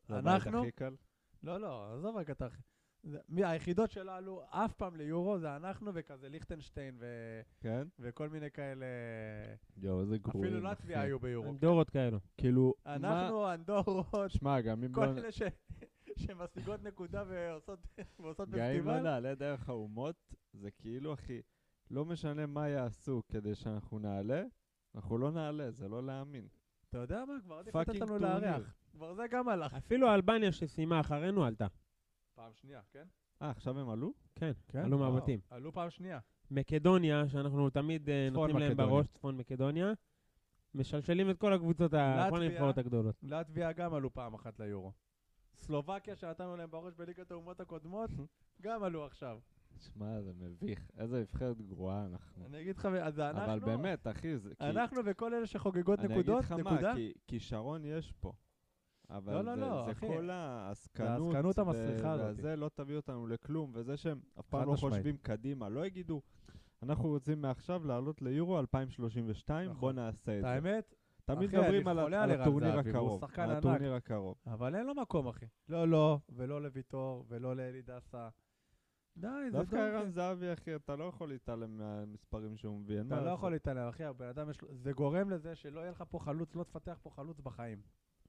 B: זה הבית
C: אנחנו,
B: הכי קל.
C: לא, עזוב רק אתה אחי. היחידות שלא עלו אף פעם ליורו זה אנחנו וכזה ליכטנשטיין
B: כן?
C: וכל מיני כאלה,
B: יואו, איזה גרועים.
C: אפילו לטביה היו ביורו.
D: דורות כאלו.
B: כאילו, מה...
C: אנחנו, אנדורות,
B: שמע, גם אם
C: כל
B: לא...
C: אלה שמשיגות נקודה ועושות
B: גם אם לא
C: פסטיבל.
B: נעלה דרך האומות, זה כאילו, אחי, לא משנה מה יעשו כדי שאנחנו נעלה, אנחנו לא נעלה, זה לא להאמין.
C: אתה יודע מה? כבר עדיף
B: פאקינג
C: לתת לנו
B: טורניר.
C: לארח. כבר זה גם הלך.
D: אפילו אלבניה שסיימה אחרינו עלתה.
C: פעם שנייה, כן?
B: עכשיו הם עלו?
D: כן,
C: כן?
D: עלו
C: וואו,
D: מהבתים.
C: עלו פעם שנייה.
D: מקדוניה, שאנחנו תמיד נותנים להם
C: מקדוניה.
D: בראש, צפון מקדוניה, משלשלים את כל הקבוצות, כל
C: לטביה.
D: הנבחרות הגדולות.
C: לטביה גם עלו פעם אחת ליורו. סלובקיה שנתנו להם בראש בליגת האומות הקודמות, גם עלו עכשיו.
B: שמע, זה מביך. איזה נבחרת גרועה אנחנו.
C: אני אגיד לך, אז זה אנחנו,
B: אבל באמת, אחי, זה... כי-
C: אנחנו וכל אלה שחוגגות
B: אני
C: נקודות,
B: אגיד לך
C: נקודה.
B: מה, כי כישרון יש פה. אבל
C: לא,
B: זה,
C: לא,
B: זה
C: אחי.
B: כל העסקנות,
C: העסקנות המסריחה הזאת.
B: וזה לא תביא אותנו לכלום, וזה שהם אף
C: חד
B: פעם לא
C: משמעית.
B: חושבים קדימה, לא יגידו, אנחנו רוצים מעכשיו לעלות ליורו 2032,
C: נכון.
B: בוא נעשה את
C: את
B: זה.
C: האמת,
B: תמיד
C: אחי,
B: מדברים
C: אני
B: על
C: חולה
B: על
C: על ערן
B: הטורניר
C: זהבי, והוא
B: הקרוב,
C: שחקן
B: על
C: ענק.
B: הטורניר הקרוב.
C: אבל אין לו מקום, אחי. לא, ולא לויטור, ולא לאלי דסה. די, זה
B: דווקא
C: דור.
B: ערן זהבי, אחי, אתה לא יכול להתעלם מהמספרים שהוא מביא, אין מה
C: אתה לא
B: לעשות.
C: יכול להתעלם, אחי, הבן אדם יש לו... זה גורם לזה שלא יהיה לך פה חלוץ, לא תפתח פה חלוץ בחיים.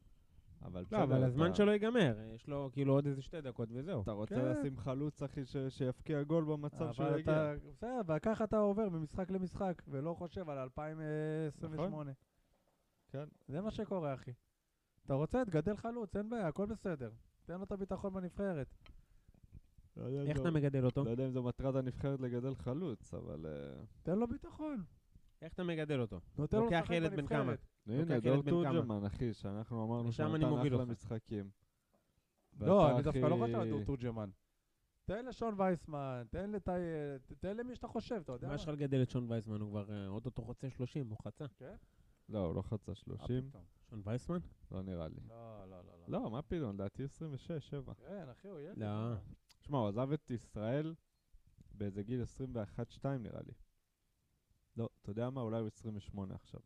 B: אבל
D: לא, אבל
B: בסדר,
D: הזמן
B: אתה-
D: שלו ייגמר, יש לו כאילו עוד איזה 2 דקות וזהו.
B: אתה רוצה
C: כן.
B: לשים חלוץ, אחי, שיפקיע גול במצב שהוא
C: אבל
B: יגיע.
C: אתה... בסדר, וככה אתה עובר ממשחק למשחק, ולא חושב על 2028.
B: כן.
C: זה מה שקורה, אחי. אתה רוצה, תגדל חלוץ, אין בעיה, הכל בסדר. תן לו את הביטחון בנבחרת.
B: לא יודע אם
D: איך
B: זו-
D: אתה מגדל אותו?
B: לא יודע אם זו מטרת הנבחרת לגדל חלוץ, אבל...
C: תן לו ביטחון.
D: איך אתה מגדל אותו?
C: נותן לו
D: לוקח
C: לשחק
D: ילד בן כמה?
C: בנבחרת.
B: הנה,
D: לוקח
B: דור
D: ילד בן כמה?
B: תורג'מן, אחי, שאנחנו אמרנו
D: לשם אני
B: שנתן
D: מוביל
B: אחלה
D: אותך.
B: משחקים.
C: לא,
B: ואתה,
C: אני דווקא
B: אחי,
C: לא חושב על דור תורג'מן. תן לשון וייסמן, תן למי שאתה חושב, אתה יודע
D: מה
C: מה?
D: יש לך לגדל את שון וייסמן? הוא כבר אוטוטו חוצה 30, הוא חצה.
B: לא, הוא לא חצה 30,
C: פתאום.
D: שון וייסמן?
B: לא נראה לי.
C: לא.
B: לא, מה פתאום, לדעתי 26, 7.
C: כן, אחי, הוא ילד.
D: לא.
B: שמע, הוא עזב את ישראל באיזה גיל 21-2 נראה לי. לא, אתה יודע מה? אולי הוא 28 עכשיו.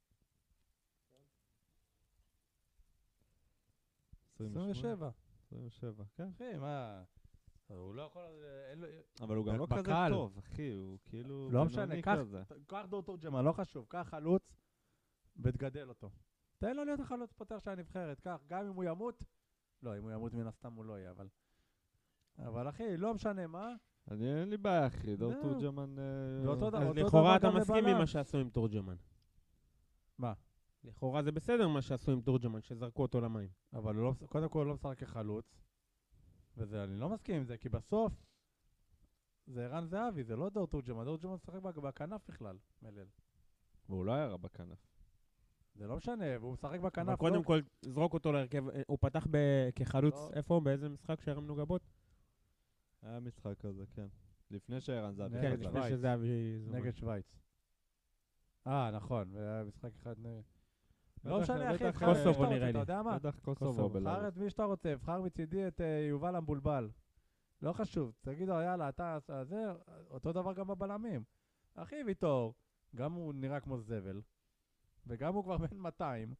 C: 27.
B: 27, כן.
C: אחי, מה? הוא לא יכול... אין לו...
B: אבל הוא גם לא כזה
C: בקהל.
B: טוב, אחי, הוא כאילו
C: לא משנה,
B: בינוני
C: קח
B: כזה.
C: קח דור תורג'מן, לא חשוב, קח חלוץ ותגדל אותו. תן לו להיות החלוץ פותח של הנבחרת, קח, גם אם הוא ימות, לא, אם הוא ימות מן הסתם הוא לא יהיה, אבל אחי, לא משנה מה,
B: אין לי בעיה, אחי, דור
C: זהו.
B: תורג'מן...
C: ואותו דבר-
D: אז
C: אותו
D: לכאורה
C: דבר
D: אתה
C: גם
D: מסכים
C: לבלם.
D: עם מה שעשו עם תורג'מן.
C: מה?
D: לכאורה זה בסדר מה שעשו עם תורג'מן, שזרקו אותו למים.
C: אבל הוא לא, קודם כל הוא לא משחק כחלוץ, וזה, אני לא מסכים עם זה, כי בסוף זה ערן זהבי, זה לא דור תורג'מן, דור תורג'מן משחק בכנף בכלל, מלל.
B: והוא לא היה רע בכנף.
C: זה לא משנה, והוא משחק בכנף.
D: אבל קודם כל, זרוק אותו להרכב, הוא פתח כחלוץ,
C: לא.
D: איפה? באיזה משחק שהרמנו גבות?
B: היה משחק כזה, כן. לפני שערן זהבי
C: נגד
D: כן,
B: חזר.
D: לפני
C: שווייץ.
D: שזהבי...
C: נגד שווייץ. נכון, והיה משחק אחד... לא
B: בטח,
C: משנה, אחי,
B: בטח,
C: תבחר את מי
D: קוסובו
C: שאתה רוצה,
D: נראה
C: אתה
D: לי.
C: יודע מה?
B: בטח
D: קוסובו.
B: קוסובו
C: תבחר
B: בלארוס.
C: את מי שאתה רוצה, בחר מצידי את יובל המבולבל. לא חשוב, תגידו, יאללה, אתה, זה, אותו דבר גם בבלמים. אחי, ויטור, גם הוא נראה כמו זבל, וגם הוא כבר בן 200.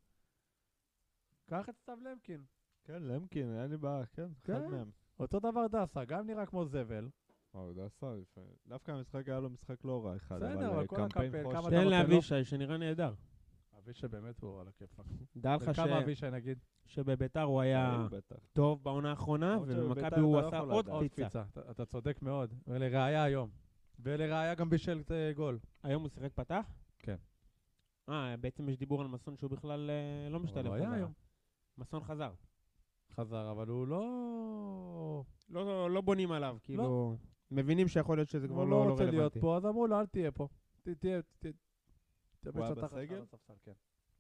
C: קח את סתיו למקין.
B: כן, למקין, אין לי בעיה, כן, אחד
C: כן.
B: מהם.
C: אותו דבר דסה, גם נראה כמו זבל.
B: וואו, דסה, דווקא המשחק היה לו משחק לא רע אחד,
C: בסדר, אבל כל
B: קמפיין
C: הקמפיין,
B: חושך.
C: כמה
D: תן
C: אתה נותן לו?
D: לאבישי, שנראה נהדר.
C: אבישי באמת הוא על הכיפאק.
D: דע לך
C: וכמה אבישי נגיד?
D: שבביתר הוא היה
B: בטח.
D: טוב בעונה האחרונה,
B: למרות שבביתר
D: ובמכבי
B: אתה
D: הוא
B: לא
D: עשה
B: יכול
D: עוד
B: לדעת.
C: עוד
D: פיצה.
C: פיצה, אתה צודק מאוד. ולראיה היום. ולראיה גם בישל גול.
D: היום הוא שיחק פתח?
C: כן.
D: בעצם יש דיבור על מסון שהוא בכלל לא משתלב.
C: הוא היה
D: חזרה.
C: היום.
D: מסון חזר.
C: חזר, אבל הוא לא...
D: לא בונים עליו, כאילו... מבינים שיכול להיות שזה כבר
C: הוא
D: לא
C: לא רוצה
D: רלוונטי.
C: להיות פה, אז אמרו לו, אל תהיה פה. תהיה...
B: הוא היה בסגל?
C: כן.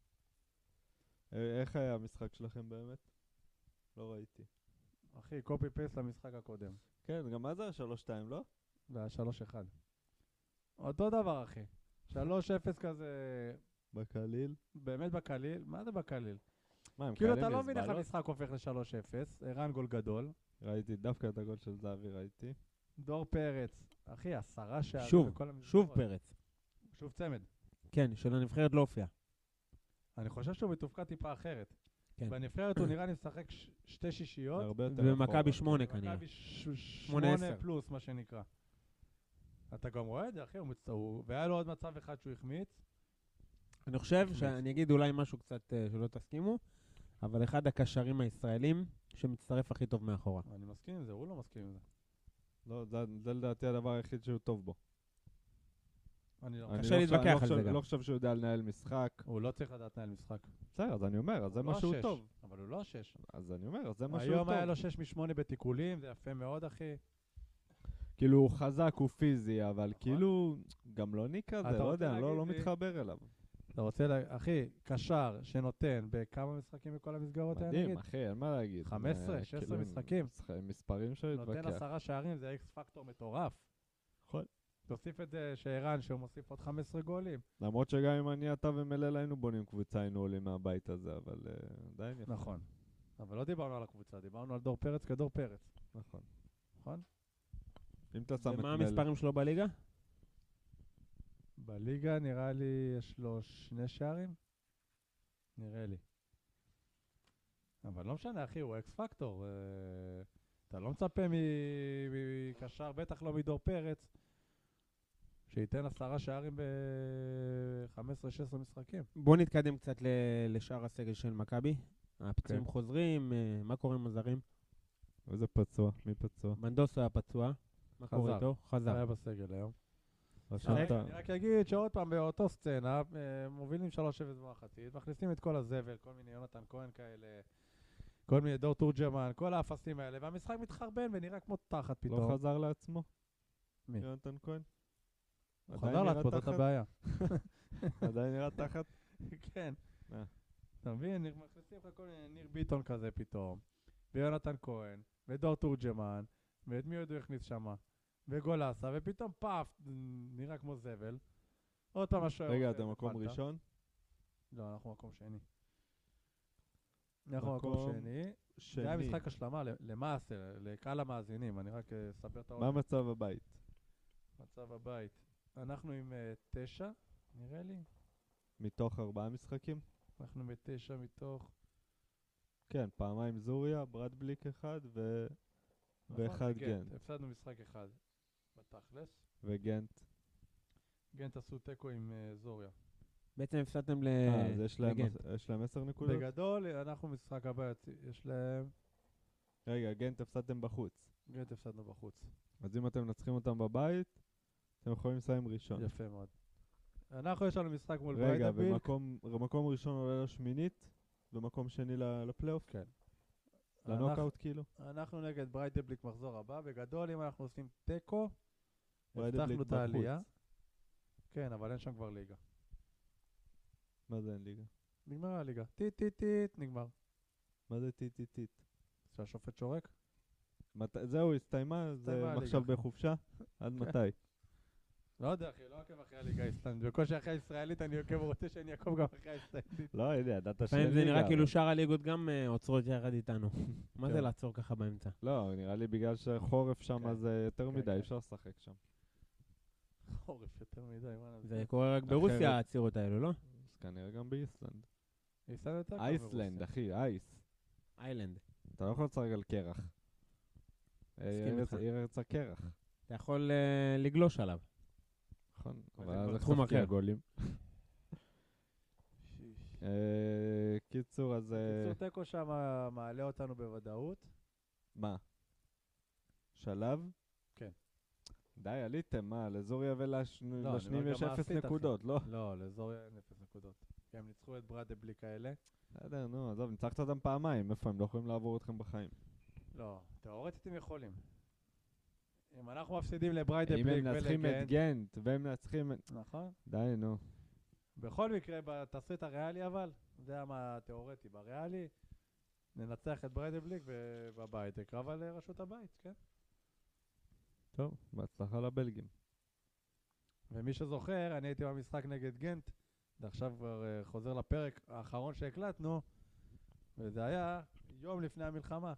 B: איך היה המשחק שלכם באמת? לא ראיתי.
C: אחי, קופי פייסט למשחק הקודם.
B: כן, גם מה זה ה-3-2, לא?
C: זה היה 3-1. אותו דבר, אחי. 3-0 כזה,
B: בקליל.
C: באמת בקליל. מה זה בקליל?
B: מה, הם
C: כאילו,
B: כאלה
C: אתה לא מבין איך
B: מזבלות?
C: המשחק הופך ל-3-0. ערן גול גדול.
B: ראיתי דווקא את הגול של זהבי, ראיתי.
C: דור פרץ. אחי, 10 שערים.
D: שוב,
C: בכל המסגרות.
D: שוב פרץ.
C: שוב צמד.
D: כן, של הנבחרת לא הופיע.
C: אני חושב שהוא מתופקד טיפה אחרת.
D: כן.
C: בנבחרת הוא נראה לי משחק שתי שישיות.
B: הרבה יותר
D: ומכבי
B: אחורה.
D: 8 כנראה.
C: מכבי
D: 8-10.
C: 8 פלוס, מה שנקרא. אתה גם רואה את זה, אחי, והיה לו עוד מצב אחד שהוא החמיץ.
D: אני חושב שאני אגיד אולי משהו קצת שלא תסכימו, אבל אחד הקשרים הישראלים שמצטרף הכי טוב מאחורה.
C: אני מסכים עם זה, הוא לא מסכים עם זה.
B: לא, זה לדעתי הדבר היחיד שהוא טוב בו.
C: אני לא.
B: אני
D: קשה
B: לא
D: להתווכח
B: חושב-
D: על זה גם.
B: לא חושב שהוא יודע לנהל משחק.
C: הוא לא צריך לדעת לנהל משחק.
B: בסדר, אז אני אומר, אז זה
C: הוא לא
B: מה שהוא
C: השש,
B: טוב.
C: אבל הוא לא השש.
B: אז אני אומר, אז זה מה שהוא
C: היום היה
B: טוב.
C: לו 6 מ-8 בתיקולים, זה יפה מאוד, אחי.
B: כאילו הוא חזק, הוא פיזי, אבל כאילו גם לא ניק כזה,
C: אתה
B: לא
C: רוצה
B: יודע, אני לא
C: להגיד לי-
B: מתחבר אליו.
C: אתה רוצה, אחי, קשר שנותן בכמה משחקים בכל המסגרות האלה,
B: מדהים,
C: נגיד?
B: אחי, אין מה להגיד.
C: 15, 16 משחקים.
B: מספרים שלו
C: נותן
B: להתווכח.
C: 10 שערים, זה אקס פקטור מטורף.
B: נכון.
C: תוסיף את זה שערן, שהוא מוסיף עוד 15 גולים.
B: למרות שגם אם אני, אתה ומלל היינו בונים קבוצה, היינו עולים מהבית הזה, אבל עדיין יפה.
C: נכון. אבל לא דיברנו על הקבוצה, דיברנו על דור פרץ כדור פרץ.
B: נכון.
C: נכון?
B: אם אתה שם את
D: ומה
B: מלל...
D: המספרים שלו בליגה?
C: בליגה נראה לי יש לו 2 שערים. נראה לי. אבל לא משנה, אחי, הוא אקס פקטור. אתה לא מצפה מקשר, בטח לא מדור פרץ, שייתן 10 שערים ב-15-16 משחקים.
D: בואו נתקדם קצת לשאר הסגל של מכבי. הפצועים
C: כן.
D: חוזרים, מה קורה עם הזרים?
B: איזה פצוע? מי פצוע?
D: מנדוסו היה פצוע, מה קורה
C: חזר.
D: איתו? חזר.
C: היה בסגל היום.
B: רשמת?
C: אני רק אגיד שעוד פעם באותו סצנה, מובילים 3-0 במחצית, מכניסים את כל הזבל, כל מיני יונתן כהן כאלה, כל מיני דור תורג'מן, כל האפסים האלה, והמשחק מתחרבן ונראה כמו תחת פתאום.
B: לא חזר לעצמו?
C: מי?
B: יונתן כהן?
C: הוא
B: עדיין
C: חזר
B: נראה
C: לעצמו, זאת
B: תחת?
C: הבעיה.
B: עדיין נראה תחת?
C: כן.
B: אה.
C: אתה מבין? מכניסים לך כל מיני ניר ביטון כזה פתאום, ויונתן כהן, ודור תורג'מן, ואת מי עוד הוא הכניס שמה? וגולסה, ופתאום פאף, נראה כמו זבל. עוד פעם השוער.
B: רגע,
C: עושה
B: אתם מקום
C: פנטה.
B: ראשון?
C: לא, אנחנו מקום שני. אנחנו מקום
B: מקום
C: שני.
B: שני.
C: זה היה משחק השלמה למעשה, לקהל המאזינים. אני רק אספר את
B: מה
C: האופן.
B: מצב הבית?
C: מצב הבית. אנחנו עם 9, נראה לי.
B: מתוך 4 משחקים?
C: אנחנו ב9 מתוך...
B: כן, פעמיים זוריה, ברדבליק אחד ואחד
C: נכון,
B: גנט.
C: הפסדנו משחק אחד בתכלס.
B: וגנט.
C: גנט עשו תיקו עם זוריה.
D: בעצם הפסדתם
B: אז
D: לגנט.
B: יש להם 10 נקודות?
C: בגדול, אנחנו משחק הבא, יש להם...
B: רגע, גנט הפסדתם בחוץ.
C: גנט הפסדנו בחוץ.
B: אז אם אתם מנצחים אותם בבית, אתם יכולים לסיים ראשון.
C: יפה מאוד. אנחנו יש לנו משחק מול
B: רגע,
C: בריידבילק.
B: ומקום ראשון עולה לשמינית, ומקום שני לפלייאוף?
C: כן.
B: לנוקאוט כאילו?
C: אנחנו נגד בריידבליק מחזור הבא. בגדול, אם אנחנו עושים תיקו,
B: בריידבליק
C: הבטחנו את
B: בחוץ.
C: העלייה. כן, אבל אין שם כבר ליגה.
B: מה זה אין ליגה?
C: נגמרה הליגה. טיט, טיט, טיט, נגמר.
B: מה זה טיט?
C: שהשופט שורק?
B: זהו, הסתיימה? זה
C: הסתיימה
B: עכשיו
C: הליגה.
B: בחופשה? עד
C: כן.
B: מתי?
C: לא יודע, אחי, לא עוקב אחרי הליגה הישראלית. בקושי אחרי הישראלית אני עוקב, הוא רוצה שאני אעקוב גם אחרי הישראלית.
B: לא יודע, ידעת שאין
D: לפעמים
B: ליגה.
D: זה נראה
B: אבל-
D: כאילו שאר הליגות גם עוצרות יחד איתנו. מה זה
B: כן.
D: לעצור ככה באמצע?
B: לא, נראה לי בגלל שחורף שם
C: כן.
B: זה יותר
C: כן,
B: מדי,
C: כן.
B: אפשר לשחק שם.
C: חורף יותר מדי, מה נעשה?
D: זה קורה רק
B: אחרת-
D: ברוסיה העצירות האלו, לא?
B: אז כנראה גם באיסלנד.
C: ישראל יותר קל
B: אייסלנד,
C: מרוסיה.
B: אחי, אייס.
D: איילנד.
B: אתה לא יכול לשחק על קרח.
D: מסכים איתך.
B: ארץ הקרח.
D: אתה יכול לגלוש עליו.
B: נכון,
C: זה
B: אבל
C: כבר
B: אז איך
D: תחום
B: תפקיע
D: אחר.
B: גולים.
C: שיש.
B: קיצור, אז...
C: קיצור תיקו שם מעלה אותנו בוודאות.
B: מה? שלב?
C: כן.
B: די, עליתם, מה? לזוריה ולשנים
C: אני אומר
B: יש
C: גם מה
B: 0
C: עשית, אחי.
B: נקודות, לא?
C: לא, לאזור אין 0 נקודות. כי הם ניצחו את ברדבליק האלה.
B: בסדר, נו, עזוב, ניצחת אותם פעמיים, איפה הם לא יכולים לעבור אתכם בחיים?
C: לא, תיאורטית הם יכולים. אם אנחנו מפסידים
B: אם
C: לבריידבליק
B: הם מנצחים את גנט, והם מנצחים את...
C: נכון.
B: די, נו.
C: בכל מקרה, בתסריט הריאלי אבל, זה היה מה התיאורטי. בריאלי, ננצח את בריידבליק בבית, הקרב על ראשות הבית, כן?
B: טוב, בהצלחה לבלגים.
C: ומי שזוכר, אני הייתי במשחק נגד גנט, ועכשיו כבר חוזר לפרק האחרון שהקלטנו, וזה היה יום לפני המלחמה.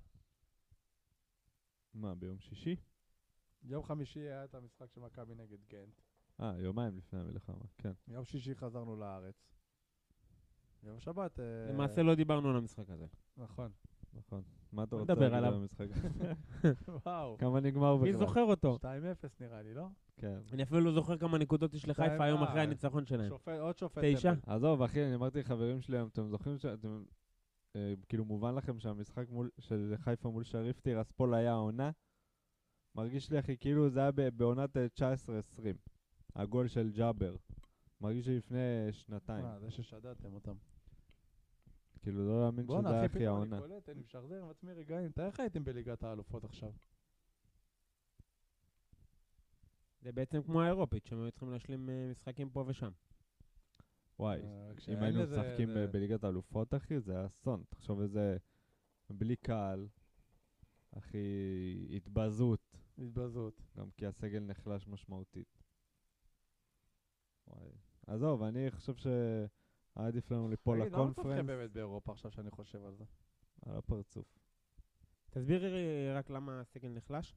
B: מה, ביום שישי?
C: יום חמישי היה את המשחק של מכבי נגד גנט.
B: יומיים לפני המלחמה, כן.
C: יום שישי חזרנו לארץ. יום שבת.
D: למעשה לא דיברנו על המשחק הזה.
C: נכון.
B: נכון. מה אתה
D: בוא
B: רוצה
D: נדבר
B: להגיד על
D: עליו.
B: המשחק?
C: וואו.
B: כמה נגמר בכלל?
D: מי זוכר אותו?
C: 2-0 נראה לי, לא?
B: כן.
D: אני אפילו לא זוכר כמה נקודות יש לחיפה היום אחרי הניצחון שלהם.
C: עוד שופט.
D: 9?
C: טמבל.
B: עזוב, אחי, אני אמרתי לחברים שלי היום, אתם זוכרים שאתם... כאילו מובן לכם שהמשחק של חיפה מול שריף טירספול היה העונה? מרגיש לי, אחי, כאילו זה היה בעונת 19-20. הגול של ג'אבר. מרגיש לי לפני שנתיים.
C: זה ששדדתם אותם.
B: כאילו לא להאמין
C: בואנה,
B: שזה
C: אחי,
B: הכי
C: פתאום אני
B: העונה.
C: קולט, אני משחזר עם עצמי רגעים. תראה איך הייתם בליגת האלופות עכשיו.
D: זה בעצם כמו האירופית, שהם היו צריכים להשלים משחקים פה ושם.
B: וואי,
C: כשאין
B: אם היינו
C: לזה-
B: משחקים
C: זה-
B: בליגת האלופות, אחי, זה היה אסון. תחשוב איזה... בלי קהל, אחי, התבזות.
C: התבזות.
B: גם כי הסגל נחלש משמעותית. וואי. עזוב, אני חושב שעדיף לנו ליפול
C: תגיד, למה
B: לקונפרנס.
C: טובכם באמת באירופה עכשיו שאני חושב על זה?
B: על הפרצוף.
D: תסבירי לי רק למה הסגל נחלש.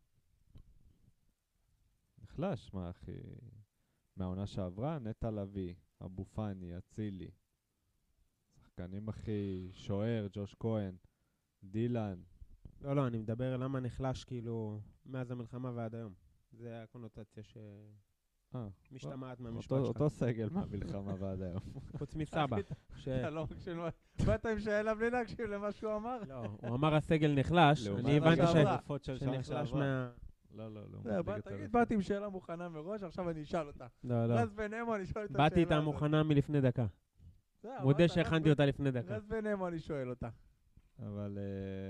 B: נחלש, מה אחי? מהעונה שעברה, נטע לביא, אבו פאני, אצילי. שחקנים אחי, שוער, ג'וש כהן, דילן.
D: לא, אני מדבר למה נחלש כאילו מאז המלחמה ועד היום. זה הקונוטציה שמשתמעת מהמשפט שלך.
B: אותו סגל מהמלחמה ועד היום.
D: חוץ מסבא.
C: אתה לא מקשיב למה... באת עם שאלה בלי להקשיב למה שהוא אמר?
D: לא, הוא אמר הסגל נחלש,
B: לעומת
D: אני הבנתי
C: שעברה.
B: האלופות של שנה
D: שנחלש
B: שעברה.
D: מה...
B: לא, לעומת
C: תגיד,
B: האלופות.
C: באתי עם שאלה מוכנה מראש, עכשיו אני אשאל אותה.
D: לא.
C: רז ונמו, אני שואל את השאלה.
D: באתי איתה
C: הזאת.
D: מוכנה מלפני דקה.
C: זה,
D: מודה
C: אמרת,
D: שהכנתי אותה לפני דקה.
C: רז ונמו, אני שואל אותה.
B: אבל...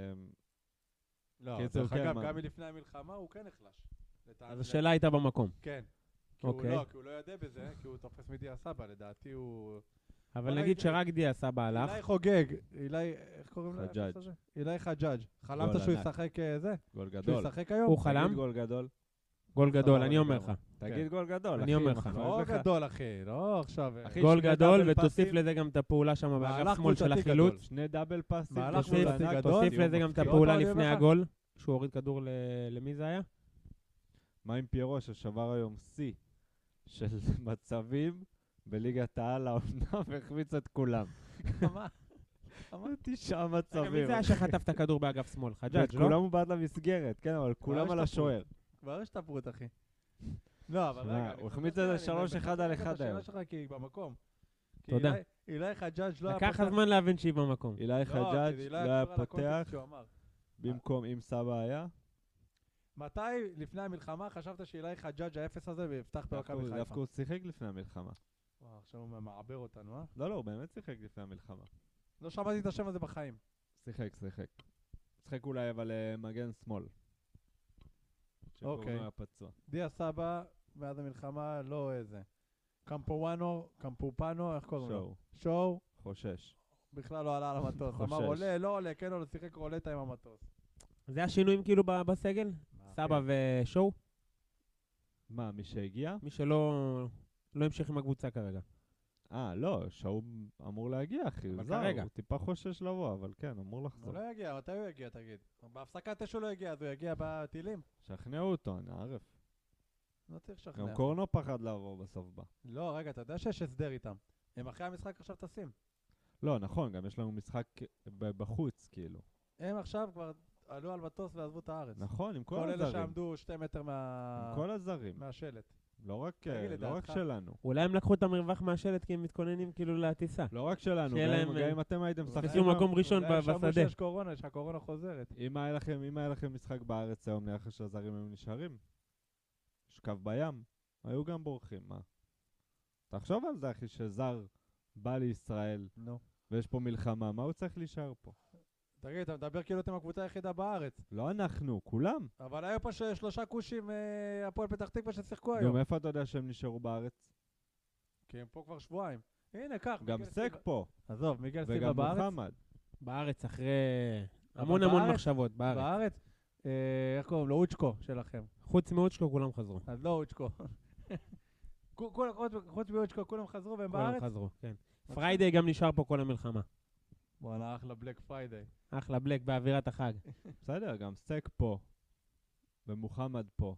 C: לא,
B: קיצור,
C: דרך
B: כן,
C: אגב,
B: מה?
C: גם מלפני המלחמה הוא כן נחלש.
D: אז השאלה הייתה במקום.
C: כן. כי הוא
D: אוקיי.
C: לא, כי הוא לא יודע בזה, כי הוא תופס מדיה סבא, לדעתי הוא...
D: אבל
C: בוא
D: נגיד
C: נגיד-
D: שרק דיה סבא הלך.
C: אילי חוגג, אילי, איך קוראים לו?
B: חג'אג'.
C: האפס הזה? אילי חג'אג'. חלמת
B: גול
C: שהוא
B: ענק.
C: ישחק זה?
B: גול
C: שהוא
B: גדול.
C: ישחק היום?
D: הוא חלם?
B: תגיד גול גדול.
D: גול גדול,
C: סבבה,
D: אני אומר
C: לגמרי.
D: לך.
B: תגיד גול גדול,
D: אני
B: אחי,
D: אומר לך.
B: מחמיא
C: לא
B: לך.
C: גדול, אחי, לא עכשיו...
B: אחי,
D: גול
B: שני
D: גדול,
B: דאבל
D: ותוסיף
B: פאסים.
D: לזה גם את הפעולה שם באגף
C: מהלך
D: שמאל של
C: קבוצתי
D: החילוץ.
C: גדול.
B: שני דאבל פאסים.
C: מהלך
B: תוסיף
C: קבוצתי
B: לענק,
C: גדול.
D: תוסיף לזה גם את
B: מפחיד.
D: הפעולה
C: עוד
D: לפני
C: פעם,
D: הגול, שהוא הוריד כדור למי זה היה?
B: מה עם פיירו ששבר היום שיא של מצבים בליגת העל העונה והחמיץ את כולם?
C: כמה?
B: 9
D: רגע,
B: מצבים.
D: מי זה היה שחטף את הכדור באגף שמאל? חג'אג', לא?
B: כולם הוא בעד למסגרת, כן, אבל כולם
C: יש
B: על
C: את
B: השוער.
C: כבר יש תפרות, אחי. לא, אבל
B: שמע,
C: רגע. אני
B: הוא
C: חוזר
B: החמיץ איזה
C: שנייה, אני
B: 3-1
C: מחזק
B: על
C: את
B: 1
C: השאלה
B: היום.
C: שלך כי היא במקום. כי
D: תודה.
C: אילי חג'אג' לא היה
D: לקח הזמן להבין שהיא במקום.
B: אילי
C: כי
B: חג'אג'
C: היא
B: לא היה
C: קשורה לקונטקסט
B: פותח
C: שהוא אמר.
B: במקום אם סבא היה.
C: מתי לפני המלחמה חשבת שאילי חג'אג' האפס הזה ויפתח במכבי חיפה?
B: דווקא הוא שיחק לפני המלחמה.
C: וואו, עכשיו הוא מעבר אותנו, אה?
B: לא, הוא באמת שיחק לפני המלחמה.
C: לא שמעתי את השם הזה בחיים.
B: שיחק. שיחק אולי אבל מגן שמאל.
C: אוקיי.
B: שקוראים לו הפצוע.
C: דיה סבא, מאז המלחמה, לא איזה. קמפופנו, איך קוראים לו?
B: שואו.
C: שואו,
B: חושש.
C: בכלל לא עלה על המטוס.
B: חושש.
C: אמר עולה, לא עולה, כן עולה, שיחק רולטה עם המטוס.
D: זה השינויים כאילו בסגל? סבא ושואו?
B: מה, מי שהגיע?
D: מי שלא המשיך עם הקבוצה כרגע.
B: לא, שואו אמור להגיע, אחי.
D: אבל
B: הוא זר,
D: כרגע.
B: הוא טיפה חושש לבוא, אבל כן, אמור
C: הוא
B: לחזור.
C: לא יגיע, מתי הוא יגיע, תגיד? בהפסקת אש הוא לא יגיע, אז הוא יגיע בטילים.
B: שכנעו אותו, אני ערף.
C: לא צריך לשכנע.
B: גם קורנו פחד לעבור בסוף בא.
C: לא, רגע, אתה יודע שיש הסדר איתם. הם אחרי המשחק עכשיו טסים.
B: לא, נכון, גם יש לנו משחק בחוץ, כאילו.
C: הם עכשיו כבר עלו על מטוס ועזבו את הארץ.
B: נכון, עם
C: כל
B: כל
C: אלה
B: הזרים.
C: שעמדו 2 מטר
B: עם כל הזרים.
C: מהשלט.
B: לא רק
C: תגיד,
B: לא רק
C: לדעתך?
B: שלנו.
D: אולי הם לקחו את המרווח מהשלט כי הם מתכוננים כאילו לטיסה.
B: לא רק שלנו,
D: שיהיה להם,
B: גם אם אתם הייתם
C: אולי
B: משחקים...
D: תפסו מקום ראשון
C: אולי הם שמעו
D: בשדה.
C: שיש קורונה, שהקורונה חוזרת.
B: אם היה לכם משחק בארץ היום, נראה לך שהזרים היו נשארים? יש קו בים, היו גם בורחים, מה? תחשוב על זה, אחי, שזר בא לישראל
C: נו.
B: ויש פה מלחמה, מה הוא צריך להישאר פה?
C: תגיד, אתה מדבר כאילו אתם הקבוצה היחידה בארץ.
B: לא אנחנו, כולם.
C: אבל היו פה 3 כושים הפועל פתח תקווה ששיחקו היום.
B: גם איפה אתה יודע שהם נשארו בארץ?
C: כי הם פה כבר שבועיים. הנה, קח.
B: גם
C: מיגל
B: סק
C: סיבה-
B: פה,
C: עזוב, מיגל סיבה
B: וגם
C: בארץ.
B: מוחמד.
D: בארץ אחרי
C: אבל
D: המון
C: בארץ-
D: מחשבות, בארץ.
C: בארץ. איך קוראים לו? אוצ'קו שלכם.
D: חוץ מאוצ'קו כולם חזרו.
C: אז לא אוצ'קו. חוץ מאוצ'קו כולם חזרו והם
D: כולם
C: בארץ?
D: חזרו, כן. פריידי גם נשאר פה כל המלחמה.
C: וואלה, אחלה בלק פריידיי.
D: אחלה בלק באווירת החג.
B: בסדר, גם סק פה, ומוחמד פה.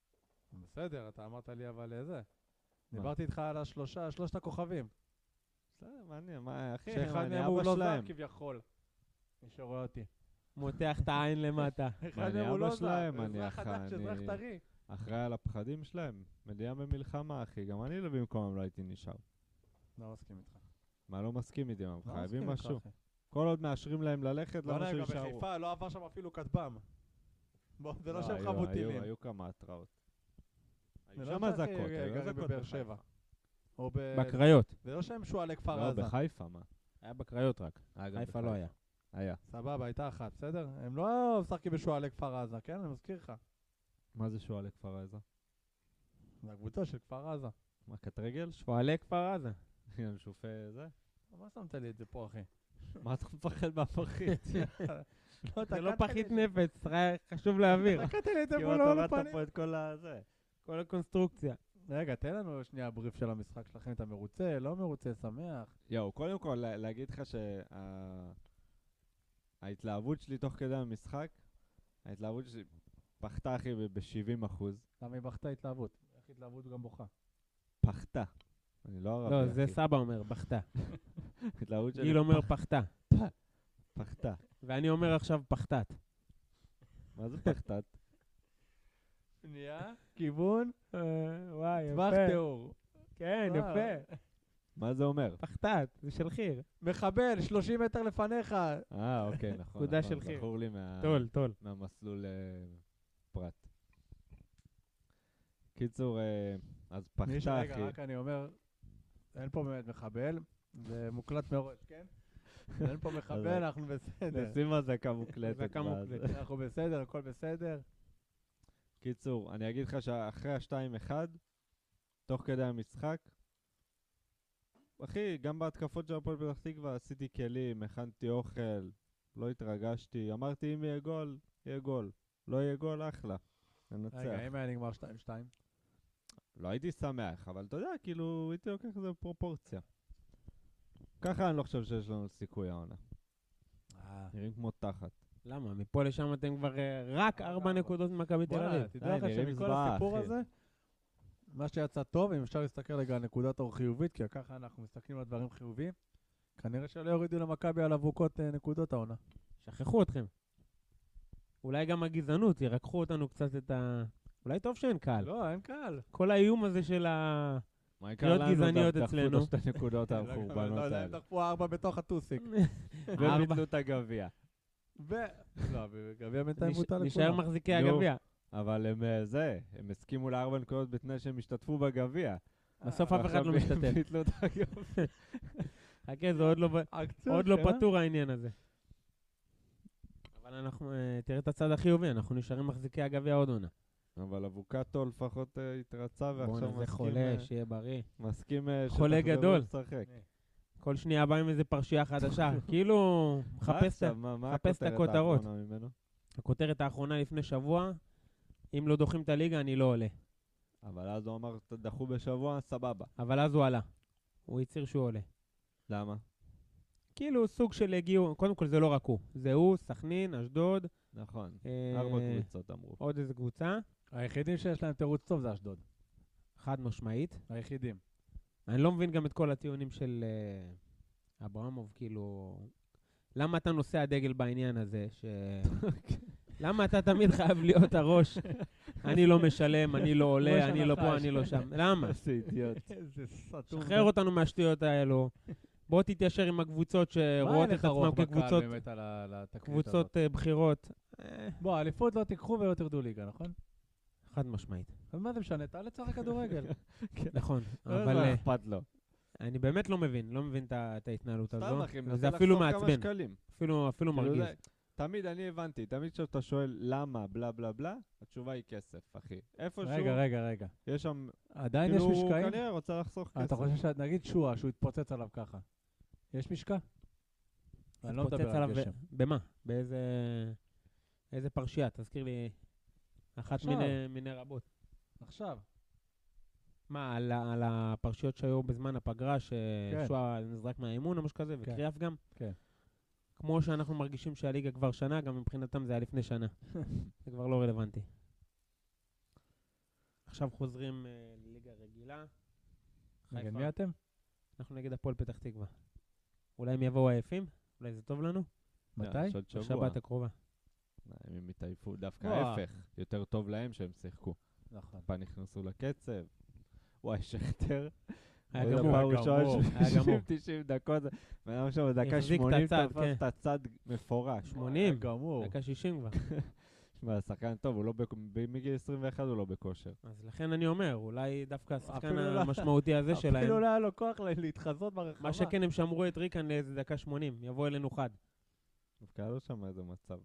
C: בסדר, אתה אמרת לי אבל זה.
B: מה?
C: דיברתי איתך על שלושת הכוכבים.
B: בסדר, מעניין, מה, אחי,
C: שאחד
B: אני
C: מהם הוא
B: אבא
C: לא זר
B: שלהם.
C: כביכול. מי שרואה אותי.
D: מותח את העין למטה.
B: מה, אני אבא שלהם, אני
C: אזרח חדש, אזרח טרי.
B: אחראי על הפחדים שלהם. מדינה במלחמה, אחי, גם אני לא במקומם לא הייתי נשאר.
C: לא מסכים איתך.
B: מה לא מסכים איתי, הם
C: לא
B: חייבים
C: מסכים איתך,
B: משהו.
C: אחי.
B: כל עוד מאשרים להם ללכת,
C: לא
B: למה
C: נהגה
B: שישארו.
C: בחיפה, לא עבר שם אפילו כטב"ם. בוא, זה לא שהם
B: היו-
C: חוו
B: היו-
C: טילים.
B: היו כמה התראות.
C: זה
B: היו
C: לא
B: שם
C: שאחי
B: אזעקות, היו
C: גרים
B: אזעקות
C: בבאר
B: בחיפה.
C: שבע. או
D: בקריות.
C: זה לא שהם שועלי כפר
B: לא,
C: עזה.
B: בחיפה, מה?
D: היה בקריות רק.
B: היה גם
D: חיפה לא היה.
B: היה.
C: סבבה, הייתה אחת, בסדר? הם לא משחקים בשועלי כפר עזה, כן? אני מזכיר לך.
B: מה זה שועלי כפר עזה?
C: זה הקבוצה של כפר עזה.
B: מה, קטרגל?
D: שועלי כפר עזה.
B: הם שופי זה?
C: מה שמת לי את זה פה, אחי?
B: מה אתה מפחד מהפחית?
D: זה לא פחית נפץ, חשוב להעביר.
C: תקעת לי את זה
B: כי
C: פה
B: אתה
C: לא
B: הורדת
C: לפנים.
B: פה את כל הזה.
D: כל הקונסטרוקציה.
C: רגע, תן לנו שנייה בריף של המשחק שלכם. אתה מרוצה, לא מרוצה, שמח?
B: יואו, קודם כל להגיד לך שההתלהבות שלי תוך כדי המשחק, ההתלהבות שלי פחתה אחי ב-70%.
C: למה היא בכתה התלהבות? איך התלהבות גם בוכה?
B: פחתה. אני לא ערבי,
D: לא,
B: אחי.
D: זה סבא אומר, בכתה.
B: ההתלהבות שלי
D: גיל אומר פחתה.
B: פחתה.
D: ואני אומר עכשיו פחתת.
B: מה זה פחתת?
C: שנייה, כיוון,
D: וואי,
C: טווח
D: יפה.
C: תיאור.
D: כן,
C: וואו.
D: יפה.
B: מה זה אומר?
D: פחתת, זה של חיר.
C: מחבל, 30 מטר לפניך.
B: אוקיי, נכון.
D: נקודה
B: נכון,
D: של חיר.
B: זכור לי
D: טול.
B: מהמסלול פרט. קיצור, אז פחתה,
C: רגע,
B: אחי.
C: רק אני אומר, אין פה באמת מחבל, זה מוקלט מראש, כן? אין פה מחבל, אנחנו בסדר.
B: נשים אזעקה מוקלטת.
D: אזעקה
B: בזה.
D: מוקלטת.
C: אנחנו בסדר, הכל בסדר.
B: קיצור, אני אגיד לך שאחרי ה-2-1, תוך כדי המשחק, אחי, גם בהתקפות של הפועל פתח תקווה עשיתי כלים, הכנתי אוכל, לא התרגשתי, אמרתי אם יהיה גול, יהיה גול. לא יהיה גול, אחלה. ננצח.
C: רגע, אם היה נגמר 2-2?
B: לא הייתי שמח, אבל אתה יודע, כאילו, הייתי לוקח את זה בפרופורציה. ככה אני לא חושב שיש לנו סיכוי העונה. נראים כמו תחת.
D: למה? מפה לשם אתם כבר רק 4 נקודות ממכבי תל
C: וואלה,
D: אביב.
C: תדע לך
B: נראים
C: שמכל
B: זוועה,
C: הסיפור
B: אחי.
C: הזה, מה שיצא טוב, אם אפשר להסתכל רגע על נקודת אור חיובית, כי ככה אנחנו מסתכלים על דברים חיוביים, כנראה שלא יורידו למכבי על אבוקות נקודות העונה.
D: שכחו אתכם. אולי גם הגזענות, ירקחו אותנו קצת את ה... אולי טוב שאין קהל.
C: לא, אין קהל.
D: כל האיום הזה של ה...
B: מה
D: קריאות גזעניות אצלנו.
B: דחפו את השתי נקודות המחורבנות
C: לא יודע, הם
B: האלה.
C: דחפו 4 בתוך הטוסיק.
B: וביטלו את הגביע.
C: לא, בגביע בינתיים מותר לכולם.
D: נשאר מחזיקי
B: נו.
D: הגביע.
B: אבל הם הסכימו ל4 נקודות בתנאי שהם השתתפו בגביע.
D: בסוף אף אחד לא
B: ועכשיו
D: משתתף.
B: ביטלו את הגביע.
D: חכה, זה עוד לא פתור העניין הזה. אבל אנחנו, תראה את הצד החיובי, אנחנו נשארים מחזיקי הגביע עוד עונה.
B: אבל אבוקטו לפחות התרצה ועכשיו
D: בואנה, זה
B: מסכים,
D: חולה, שיהיה בריא.
B: מסכים
D: חולה
B: שתחזרו
D: גדול.
B: לשחק.
D: כל שנייה בא עם איזה פרשייה חדשה. כאילו, מחפש את הכותרות.
B: האחרונה ממנו?
D: הכותרת האחרונה לפני שבוע, אם לא דוחים את הליגה, אני לא עולה.
B: אבל אז הוא אמר, דחו בשבוע, סבבה.
D: אבל אז הוא עלה. הוא הצהיר שהוא עולה.
B: למה?
D: כאילו, סוג של הגיעו, קודם כל זה לא רק הוא. זה הוא, סכנין, אשדוד.
B: נכון.
D: אה,
B: 4 קבוצות אמרו.
D: עוד איזה קבוצה.
C: היחידים שיש להם תירוץ טוב זה אשדוד.
D: חד משמעית.
C: היחידים.
D: אני לא מבין גם את כל הטיעונים של אברמוב, כאילו... למה אתה נושא הדגל בעניין הזה? למה אתה תמיד חייב להיות הראש? אני לא משלם, אני לא עולה, אני לא פה, אני לא שם. למה?
B: איזה אידיוט.
C: איזה סתום.
D: שחרר אותנו מהשטויות האלו. בוא תתיישר עם הקבוצות שרואות את עצמם כקבוצות
C: באמת על התקרית הזאת?
D: קבוצות בחירות.
C: בוא, אליפות לא תיקחו ולא תרדו ליגה, נכון?
D: חד משמעית.
C: אבל מה זה משנה? תעלה צחק כדורגל.
D: נכון,
B: אבל
D: אבל
B: לא אכפת לו.
D: אני באמת לא מבין את ההתנהלות
B: סתם
D: הזו.
B: אחי,
D: וזה
B: מנסה
D: אפילו
B: לחסוך כמה
D: מעצבן,
B: שקלים.
D: אפילו
B: כאילו
D: מרגיז.
B: תמיד אני הבנתי, תמיד כשאתה שואל למה בלה בלה בלה, התשובה היא כסף, אחי. איפשהו,
C: רגע.
B: יש שם,
C: עדיין יש
B: כאילו, הוא
C: משקעים?
B: כנראה רוצה לחסוך
C: אתה
B: כסף.
C: חושב נגיד שואה, שהוא התפוצץ עליו ככה. יש משקע? אני לא
D: התפוצץ
C: מדבר על
D: עליו
C: גשם.
D: במה? איזה פרשייה? תזכיר לי אחת
C: עכשיו.
D: מיני רבות.
C: עכשיו.
D: מה, על הפרשיות שהיו בזמן הפגרה,
C: כן.
D: ששועה נזרק מהאימון או משהו כזה,
C: כן.
D: וקריאף גם?
C: כן.
D: כמו שאנחנו מרגישים שהליגה כבר שנה, גם מבחינתם זה היה לפני שנה. זה כבר לא רלוונטי. עכשיו חוזרים לליגה רגילה.
C: נגד
D: חיפה.
C: מי אתם?
D: אנחנו נגד הפועל פתח תקווה. אולי הם יבואו עייפים? אולי זה טוב לנו?
C: מתי?
B: יש עוד שבוע.
D: בשבת הקרובה.
B: אם הם יתעייפו, דווקא
C: וואו.
B: ההפך. יותר טוב להם שהם שיחקו.
C: נכון.
B: פעם נכנסו לקצב. וואי, שכטר.
D: היה גמור. היה גמור.
B: 90 דקות. ואנחנו שם בדקה
D: החזיק את
B: 80
D: הצד,
B: תפס
D: כן.
B: את הצד מפורש.
D: 80.
C: גמור.
D: דקה 60 כבר.
B: שמע, השחקן טוב, הוא לא מגיל 21 הוא לא בכושר.
D: אז לכן אני אומר, אולי דווקא השחקן
C: אפילו לא-
D: המשמעותי הזה שלהם.
C: אפילו לא היה לו כוח להתחזות ברחבה.
D: מה שכן, הם שמרו את ריקן לאיזה דקה 80. יבוא אלינו חד.
B: דווקא היה לו שם איזה מצב.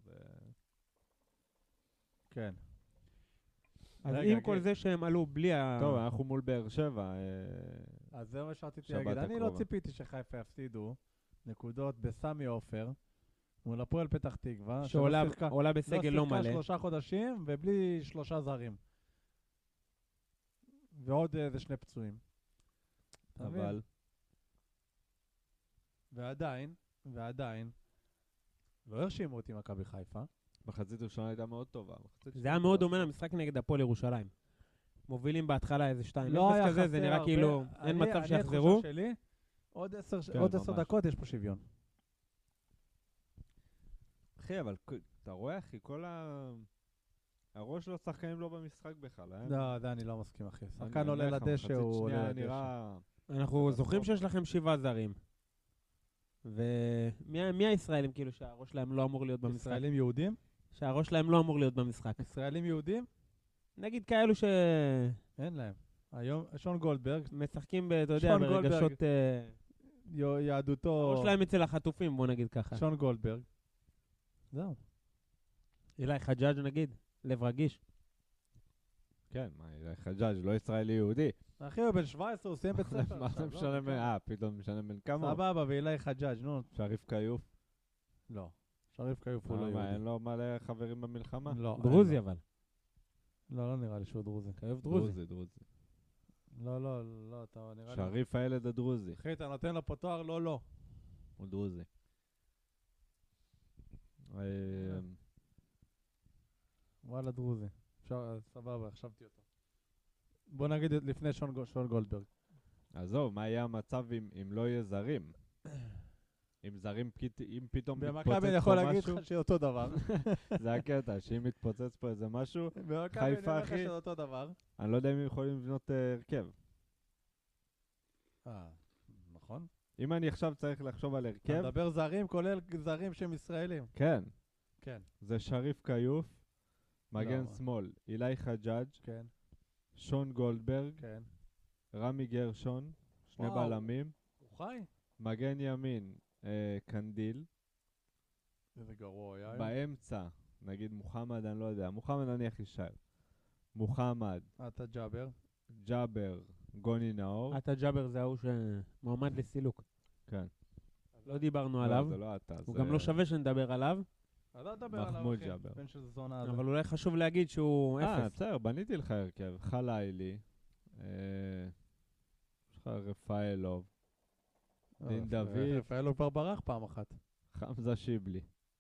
C: כן.
D: אז
C: רגע,
D: עם כל זה שהם עלו בלי
B: טוב, אנחנו מול באר שבע.
C: אז זה מה שרציתי
B: שבת
C: להגיד. אני לא
B: הקרובה.
C: ציפיתי שחיפה יפסידו נקודות בסמי עופר מול הפועל פתח תקווה.
D: שעולה
C: שלא
D: עולה בסגל לא
C: שיחקה
D: מלא.
C: 3 חודשים ובלי 3 זרים. ועוד איזה 2 פצועים. אתה מבין?
B: אבל
C: ועדיין, לא הרשימו אותי מכבי חיפה.
B: מחצית ראשונה הייתה מאוד טובה.
D: זה היה מאוד דומה למשחק נגד הפועל ירושלים. מובילים בהתחלה איזה 2-0
C: לא היה
D: כזה, זה
C: חסר
D: נראה
C: הרבה.
D: כאילו אין מצב
C: אני
D: שיחזרו.
C: התחושה שלי, עוד 10
B: כן, ממש.
C: דקות יש פה שוויון.
B: אחי, אבל אתה רואה, אחי, כל הראש של השחקנים לא במשחק בכלל.
C: לא, זה אני לא מסכים, אחי.
B: אני
C: שחקן עולה
B: אומר לך,
C: לדשא,
B: מחצית
C: הוא
B: שנייה
C: עולה לדשא.
B: נראה...
D: אנחנו זוכרים שיש לכם 7 זרים. ומי הישראלים כאילו שהראש שלהם לא אמור להיות במשחק?
C: ישראלים יהודים?
D: שהראש שלהם לא אמור להיות במשחק.
C: ישראלים יהודים?
D: נגיד כאלו
C: אין להם. היום, שון גולדברג,
D: שמשחקים, אתה יודע,
C: שון גולדברג.
D: ברגשות...
C: יהדותו...
D: הראש שלהם אצל החטופים, בוא נגיד ככה.
C: שון גולדברג. זהו.
D: אילי חג'אג' נגיד, לב רגיש.
B: כן, מה, אילי חג'אג' לא ישראלי יהודי.
C: אחי, הוא בן 17, הוא סיים בית ספר.
B: מה זה
C: עכשיו, לא?
B: משנה פתאום משנה בין כמה? הוא?
C: סבבה, ואילי חג'אג', נו.
B: שריף כיוף.
C: לא. שריף כיוף הוא לא
B: מה, אין
C: יהודי.
B: לו מלא חברים במלחמה?
C: לא.
D: דרוזי
C: אין לו.
D: אבל.
C: לא נראה לי שהוא דרוזי.
D: כאב דרוזי.
B: דרוזי.
C: לא, אתה נראה לי...
B: שריף הילד הדרוזי.
C: אחי, אתה נותן לו פה תואר? לא.
B: הוא דרוזי.
C: וואלה, דרוזי. סבבה, החשבתי אותו. בוא נגיד לפני שון גולדברג.
B: עזוב, מה יהיה המצב אם לא יהיה זרים? אם זרים, אם פתאום מתפוצץ
C: במכבי אני
B: פה
C: יכול להגיד
B: משהו,
C: לך שאותו דבר.
B: זה הקטע, שאם מתפוצץ פה איזה משהו,
C: במכבי אני
B: חיפה,
C: אומר לך
B: אחי.
C: שאותו דבר.
B: אני לא יודע אם הם יכולים לבנות הרכב.
C: נכון.
B: אם אני עכשיו צריך לחשוב על
C: אתה
B: הרכב,
C: מדבר זרים, כולל זרים שהם ישראלים.
B: כן,
C: כן.
B: זה שריף כיוף, מגן
C: לא.
B: שמאל, אילי חג'אג',
C: כן,
B: שון גולדברג,
C: כן.
B: רמי גרשון, שני
C: וואו.
B: בלמים,
C: הוא חי?
B: מגן ימין, קנדיל,
C: איזה גרוע היה.
B: באמצע, נגיד מוחמד, אני לא יודע, מוחמד נניח יישאר. מוחמד,
C: אתה ג'אבר.
B: ג'אבר, גוני נאור.
D: עטה ג'אבר זה ההוא שמועמד לסילוק.
B: כן.
D: לא דיברנו
B: לא,
D: עליו.
B: זה לא אתה.
D: הוא
B: זה
D: גם לא שווה שנדבר עליו,
C: אתה לא תדבר עליו,
B: מחמוד
C: אחי.
B: ג'אבר.
C: בן של זונה הזה.
D: אבל אולי חשוב להגיד שהוא אפס.
B: בסדר, בניתי לך הרכב. חלילי, יש לך רפאלוב, דין דוד.
C: רפאלו כבר ברח פעם אחת.
B: חמזה שיבלי.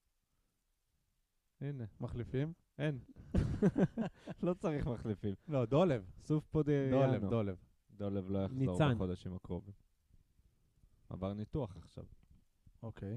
B: הנה,
C: מחליפים?
B: אין. לא צריך מחליפים.
C: לא, דולב.
B: סוף פודיריאנו.
C: דולב.
B: דולב לא יחזור
D: ניצן.
B: בחודשים הקרובים. עבר ניתוח עכשיו.
C: אוקיי.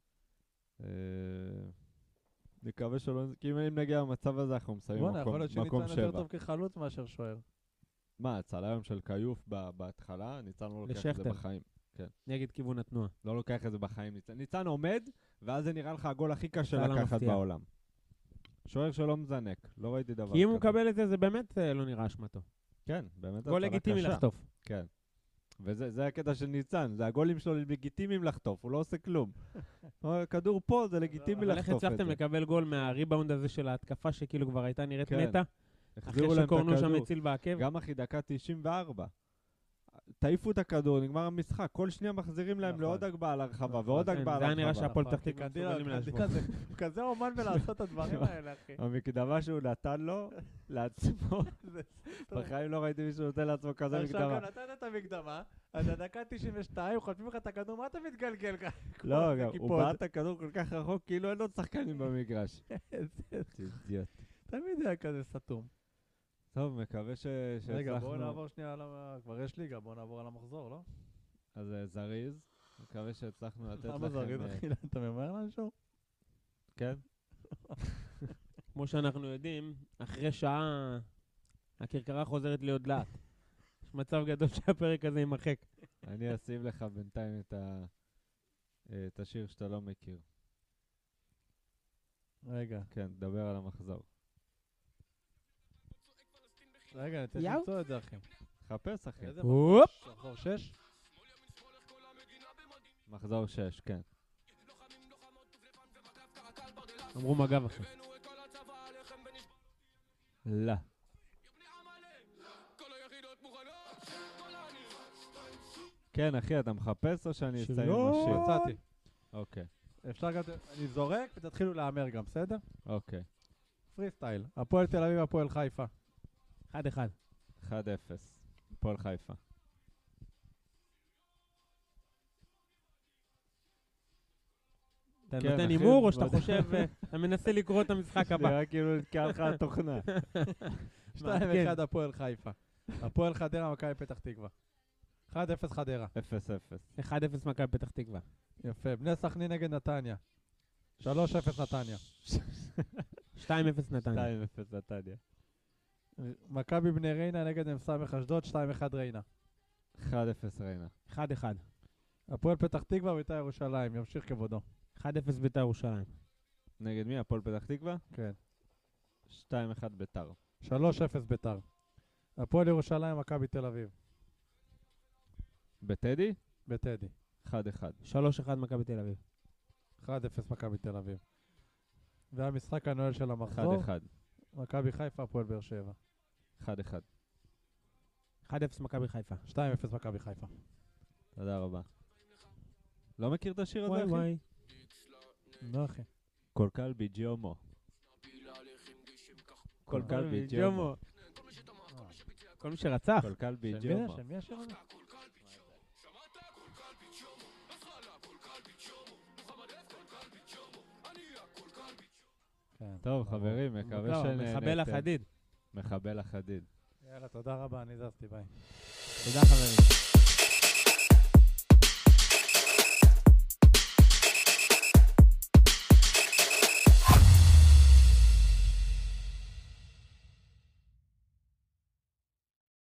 B: נקווה שלא... כי אם נגיע למצב הזה, אנחנו מסיימים
C: בוא'נה, יכול להיות
B: מקום
C: שניצן יותר
B: 7.
C: טוב כחלוץ מאשר שוער.
B: מה, הצלה היום של כיוף בהתחלה, ניצן לא לוקח את זה
D: לשכטר.
B: בחיים.
D: נגד כיוון התנועה.
B: לא לוקח את זה בחיים. ניצן עומד, ואז זה נראה לך הגול הכי קשה
D: הצלה
B: לקחת
D: מפתיע.
B: בעולם. שוער שלא מזנק, לא ראיתי דבר כזה.
D: כי אם הוא מקבל את זה, זה באמת לא נראה אשמתו.
B: כן, באמת
D: גול
B: הצלה
D: לגיטימי
B: קשה.
D: לחטוף.
B: כן. וזה הקטע של ניצן, זה הגולים שלו לגיטימיים לחטוף, הוא לא עושה כלום. כדור פה, זה לגיטימי
D: אבל איך
B: לחטוף את
D: הצלחתם
B: זה.
D: לקבל גול מהריבאונד הזה של ההתקפה שכאילו כבר הייתה נראית
B: כן.
D: מתה?
B: החזירו
D: אחרי
B: להם את
D: שקורנו שם
B: הכדור.
D: הציל בעקב?
B: גם אחי, דקה 94. תעיפו את הכדור, נגמר המשחק. כל שנייה מחזירים להם
C: נכון.
B: לעוד הגבהה להרחבה
C: נכון.
B: ועוד
D: כן,
B: הגבהה
D: זה היה נראה
B: להרחבה.
D: שהפועל
C: נכון,
D: פתח תקווה
C: קנדילה,
D: מסוגלים להשוות.
C: הוא כזה אומן בלעשות את הדברים האלה, אחי.
B: המקדמה שהוא נתן לו, לעצמו, בחיים לא ראיתי מישהו נותן לעצמו כזה
C: עכשיו
B: מקדמה.
C: גם נתת את המקדמה, אז הדקה 92, חוטפים לך את הכדור, מה אתה מתגלגל ככה?
B: לא, גם, הוא
C: קיפוד.
B: בעט את הכדור כל כך רחוק, כאילו אין עוד שחקנים במגרש. אידיוט.
C: תמיד היה כזה סתום.
B: טוב, מקווה שהצלחנו.
C: רגע, בואו נעבור שנייה על כבר יש ליגה, בואו נעבור על המחזור, לא?
B: אז זריז, מקווה שהצלחנו לתת
C: למה
B: לכם...
C: זריז, אחי? אתה ממהר משהו?
B: כן?
D: כמו שאנחנו יודעים, אחרי שעה הכרכרה חוזרת להיות לאט. יש מצב גדול שהפרק הזה יימחק.
B: אני אשים לך בינתיים את השיר שאתה לא מכיר.
C: רגע,
B: כן, דבר על המחזור.
C: רגע, אני צריך
D: יאו.
C: למצוא את זה, אחי.
B: חפש, אחי.
C: איזה
D: הופ!
C: מחזור 6?
B: מחזור 6, כן.
D: אמרו מג"ב אחי.
B: לא. כן, אחי, אתה מחפש או שאני אסיים עם
D: שלא.
B: השיר?
C: מצאתי.
B: אוקיי,
C: אפשר גם, אני זורק ותתחילו להמר גם, בסדר?
B: אוקיי.
C: פרי סטייל. הפועל תל אביב, הפועל חיפה.
D: 1-1.
B: 1-0. הפועל חיפה.
D: אתה
B: כן,
D: נותן
B: אחי,
D: הימור או שאתה
B: בוודאי.
D: חושב, אתה מנסה לקרוא את המשחק הבא?
B: נראה כאילו נתקע לך התוכנה.
C: 2-1
D: מעדכן.
C: הפועל חיפה. הפועל חדרה, מכבי פתח תקווה. 1-0 חדרה.
B: 0-0.
D: 1-0 מכבי פתח תקווה.
C: יפה. בני סכנין נגד נתניה. 3-0 נתניה.
D: 2-0 נתניה.
B: 2-0 נתניה.
C: מכבי בני ריינה נגד מ"ס אשדוד, 2-1 ריינה.
B: 1-0 ריינה.
D: 1-1.
C: הפועל פתח תקווה בית"ר ירושלים, ימשיך כבודו.
D: 1-0 בית"ר ירושלים.
B: נגד מי? הפועל פתח תקווה?
C: כן.
B: 2-1 בית"ר.
C: 3-0 בית"ר. הפועל ירושלים, מכבי תל אביב.
B: בטדי?
C: בטדי.
B: 1-1.
D: 3-1 מכבי תל אביב.
C: 1-0 מכבי תל אביב. והמשחק הנועל של המחזור,
B: 1-1.
C: מכבי חיפה, הפועל באר שבע.
B: 1-1.
D: 1-0 מכבי חיפה.
C: 2-0 מכבי חיפה.
B: תודה רבה. לא מכיר את השיר הזה,
D: וואי
B: אחי?
D: וואי.
C: לא אחי.
B: כל קלבי ג'יומו. כל קלבי
D: ג'ומו.
B: ג'יומו.
D: כל מי שרצח.
B: כל קלבי
C: של מי זה?
B: ג'יומו.
C: של מי השיר הזה? כן.
B: טוב, חברים, מקווה
D: לא,
B: שנהנתם.
D: מחבל החדיד.
B: מחבל החדיד.
C: יאללה, תודה רבה, אני זזתי, ביי.
D: תודה חברים.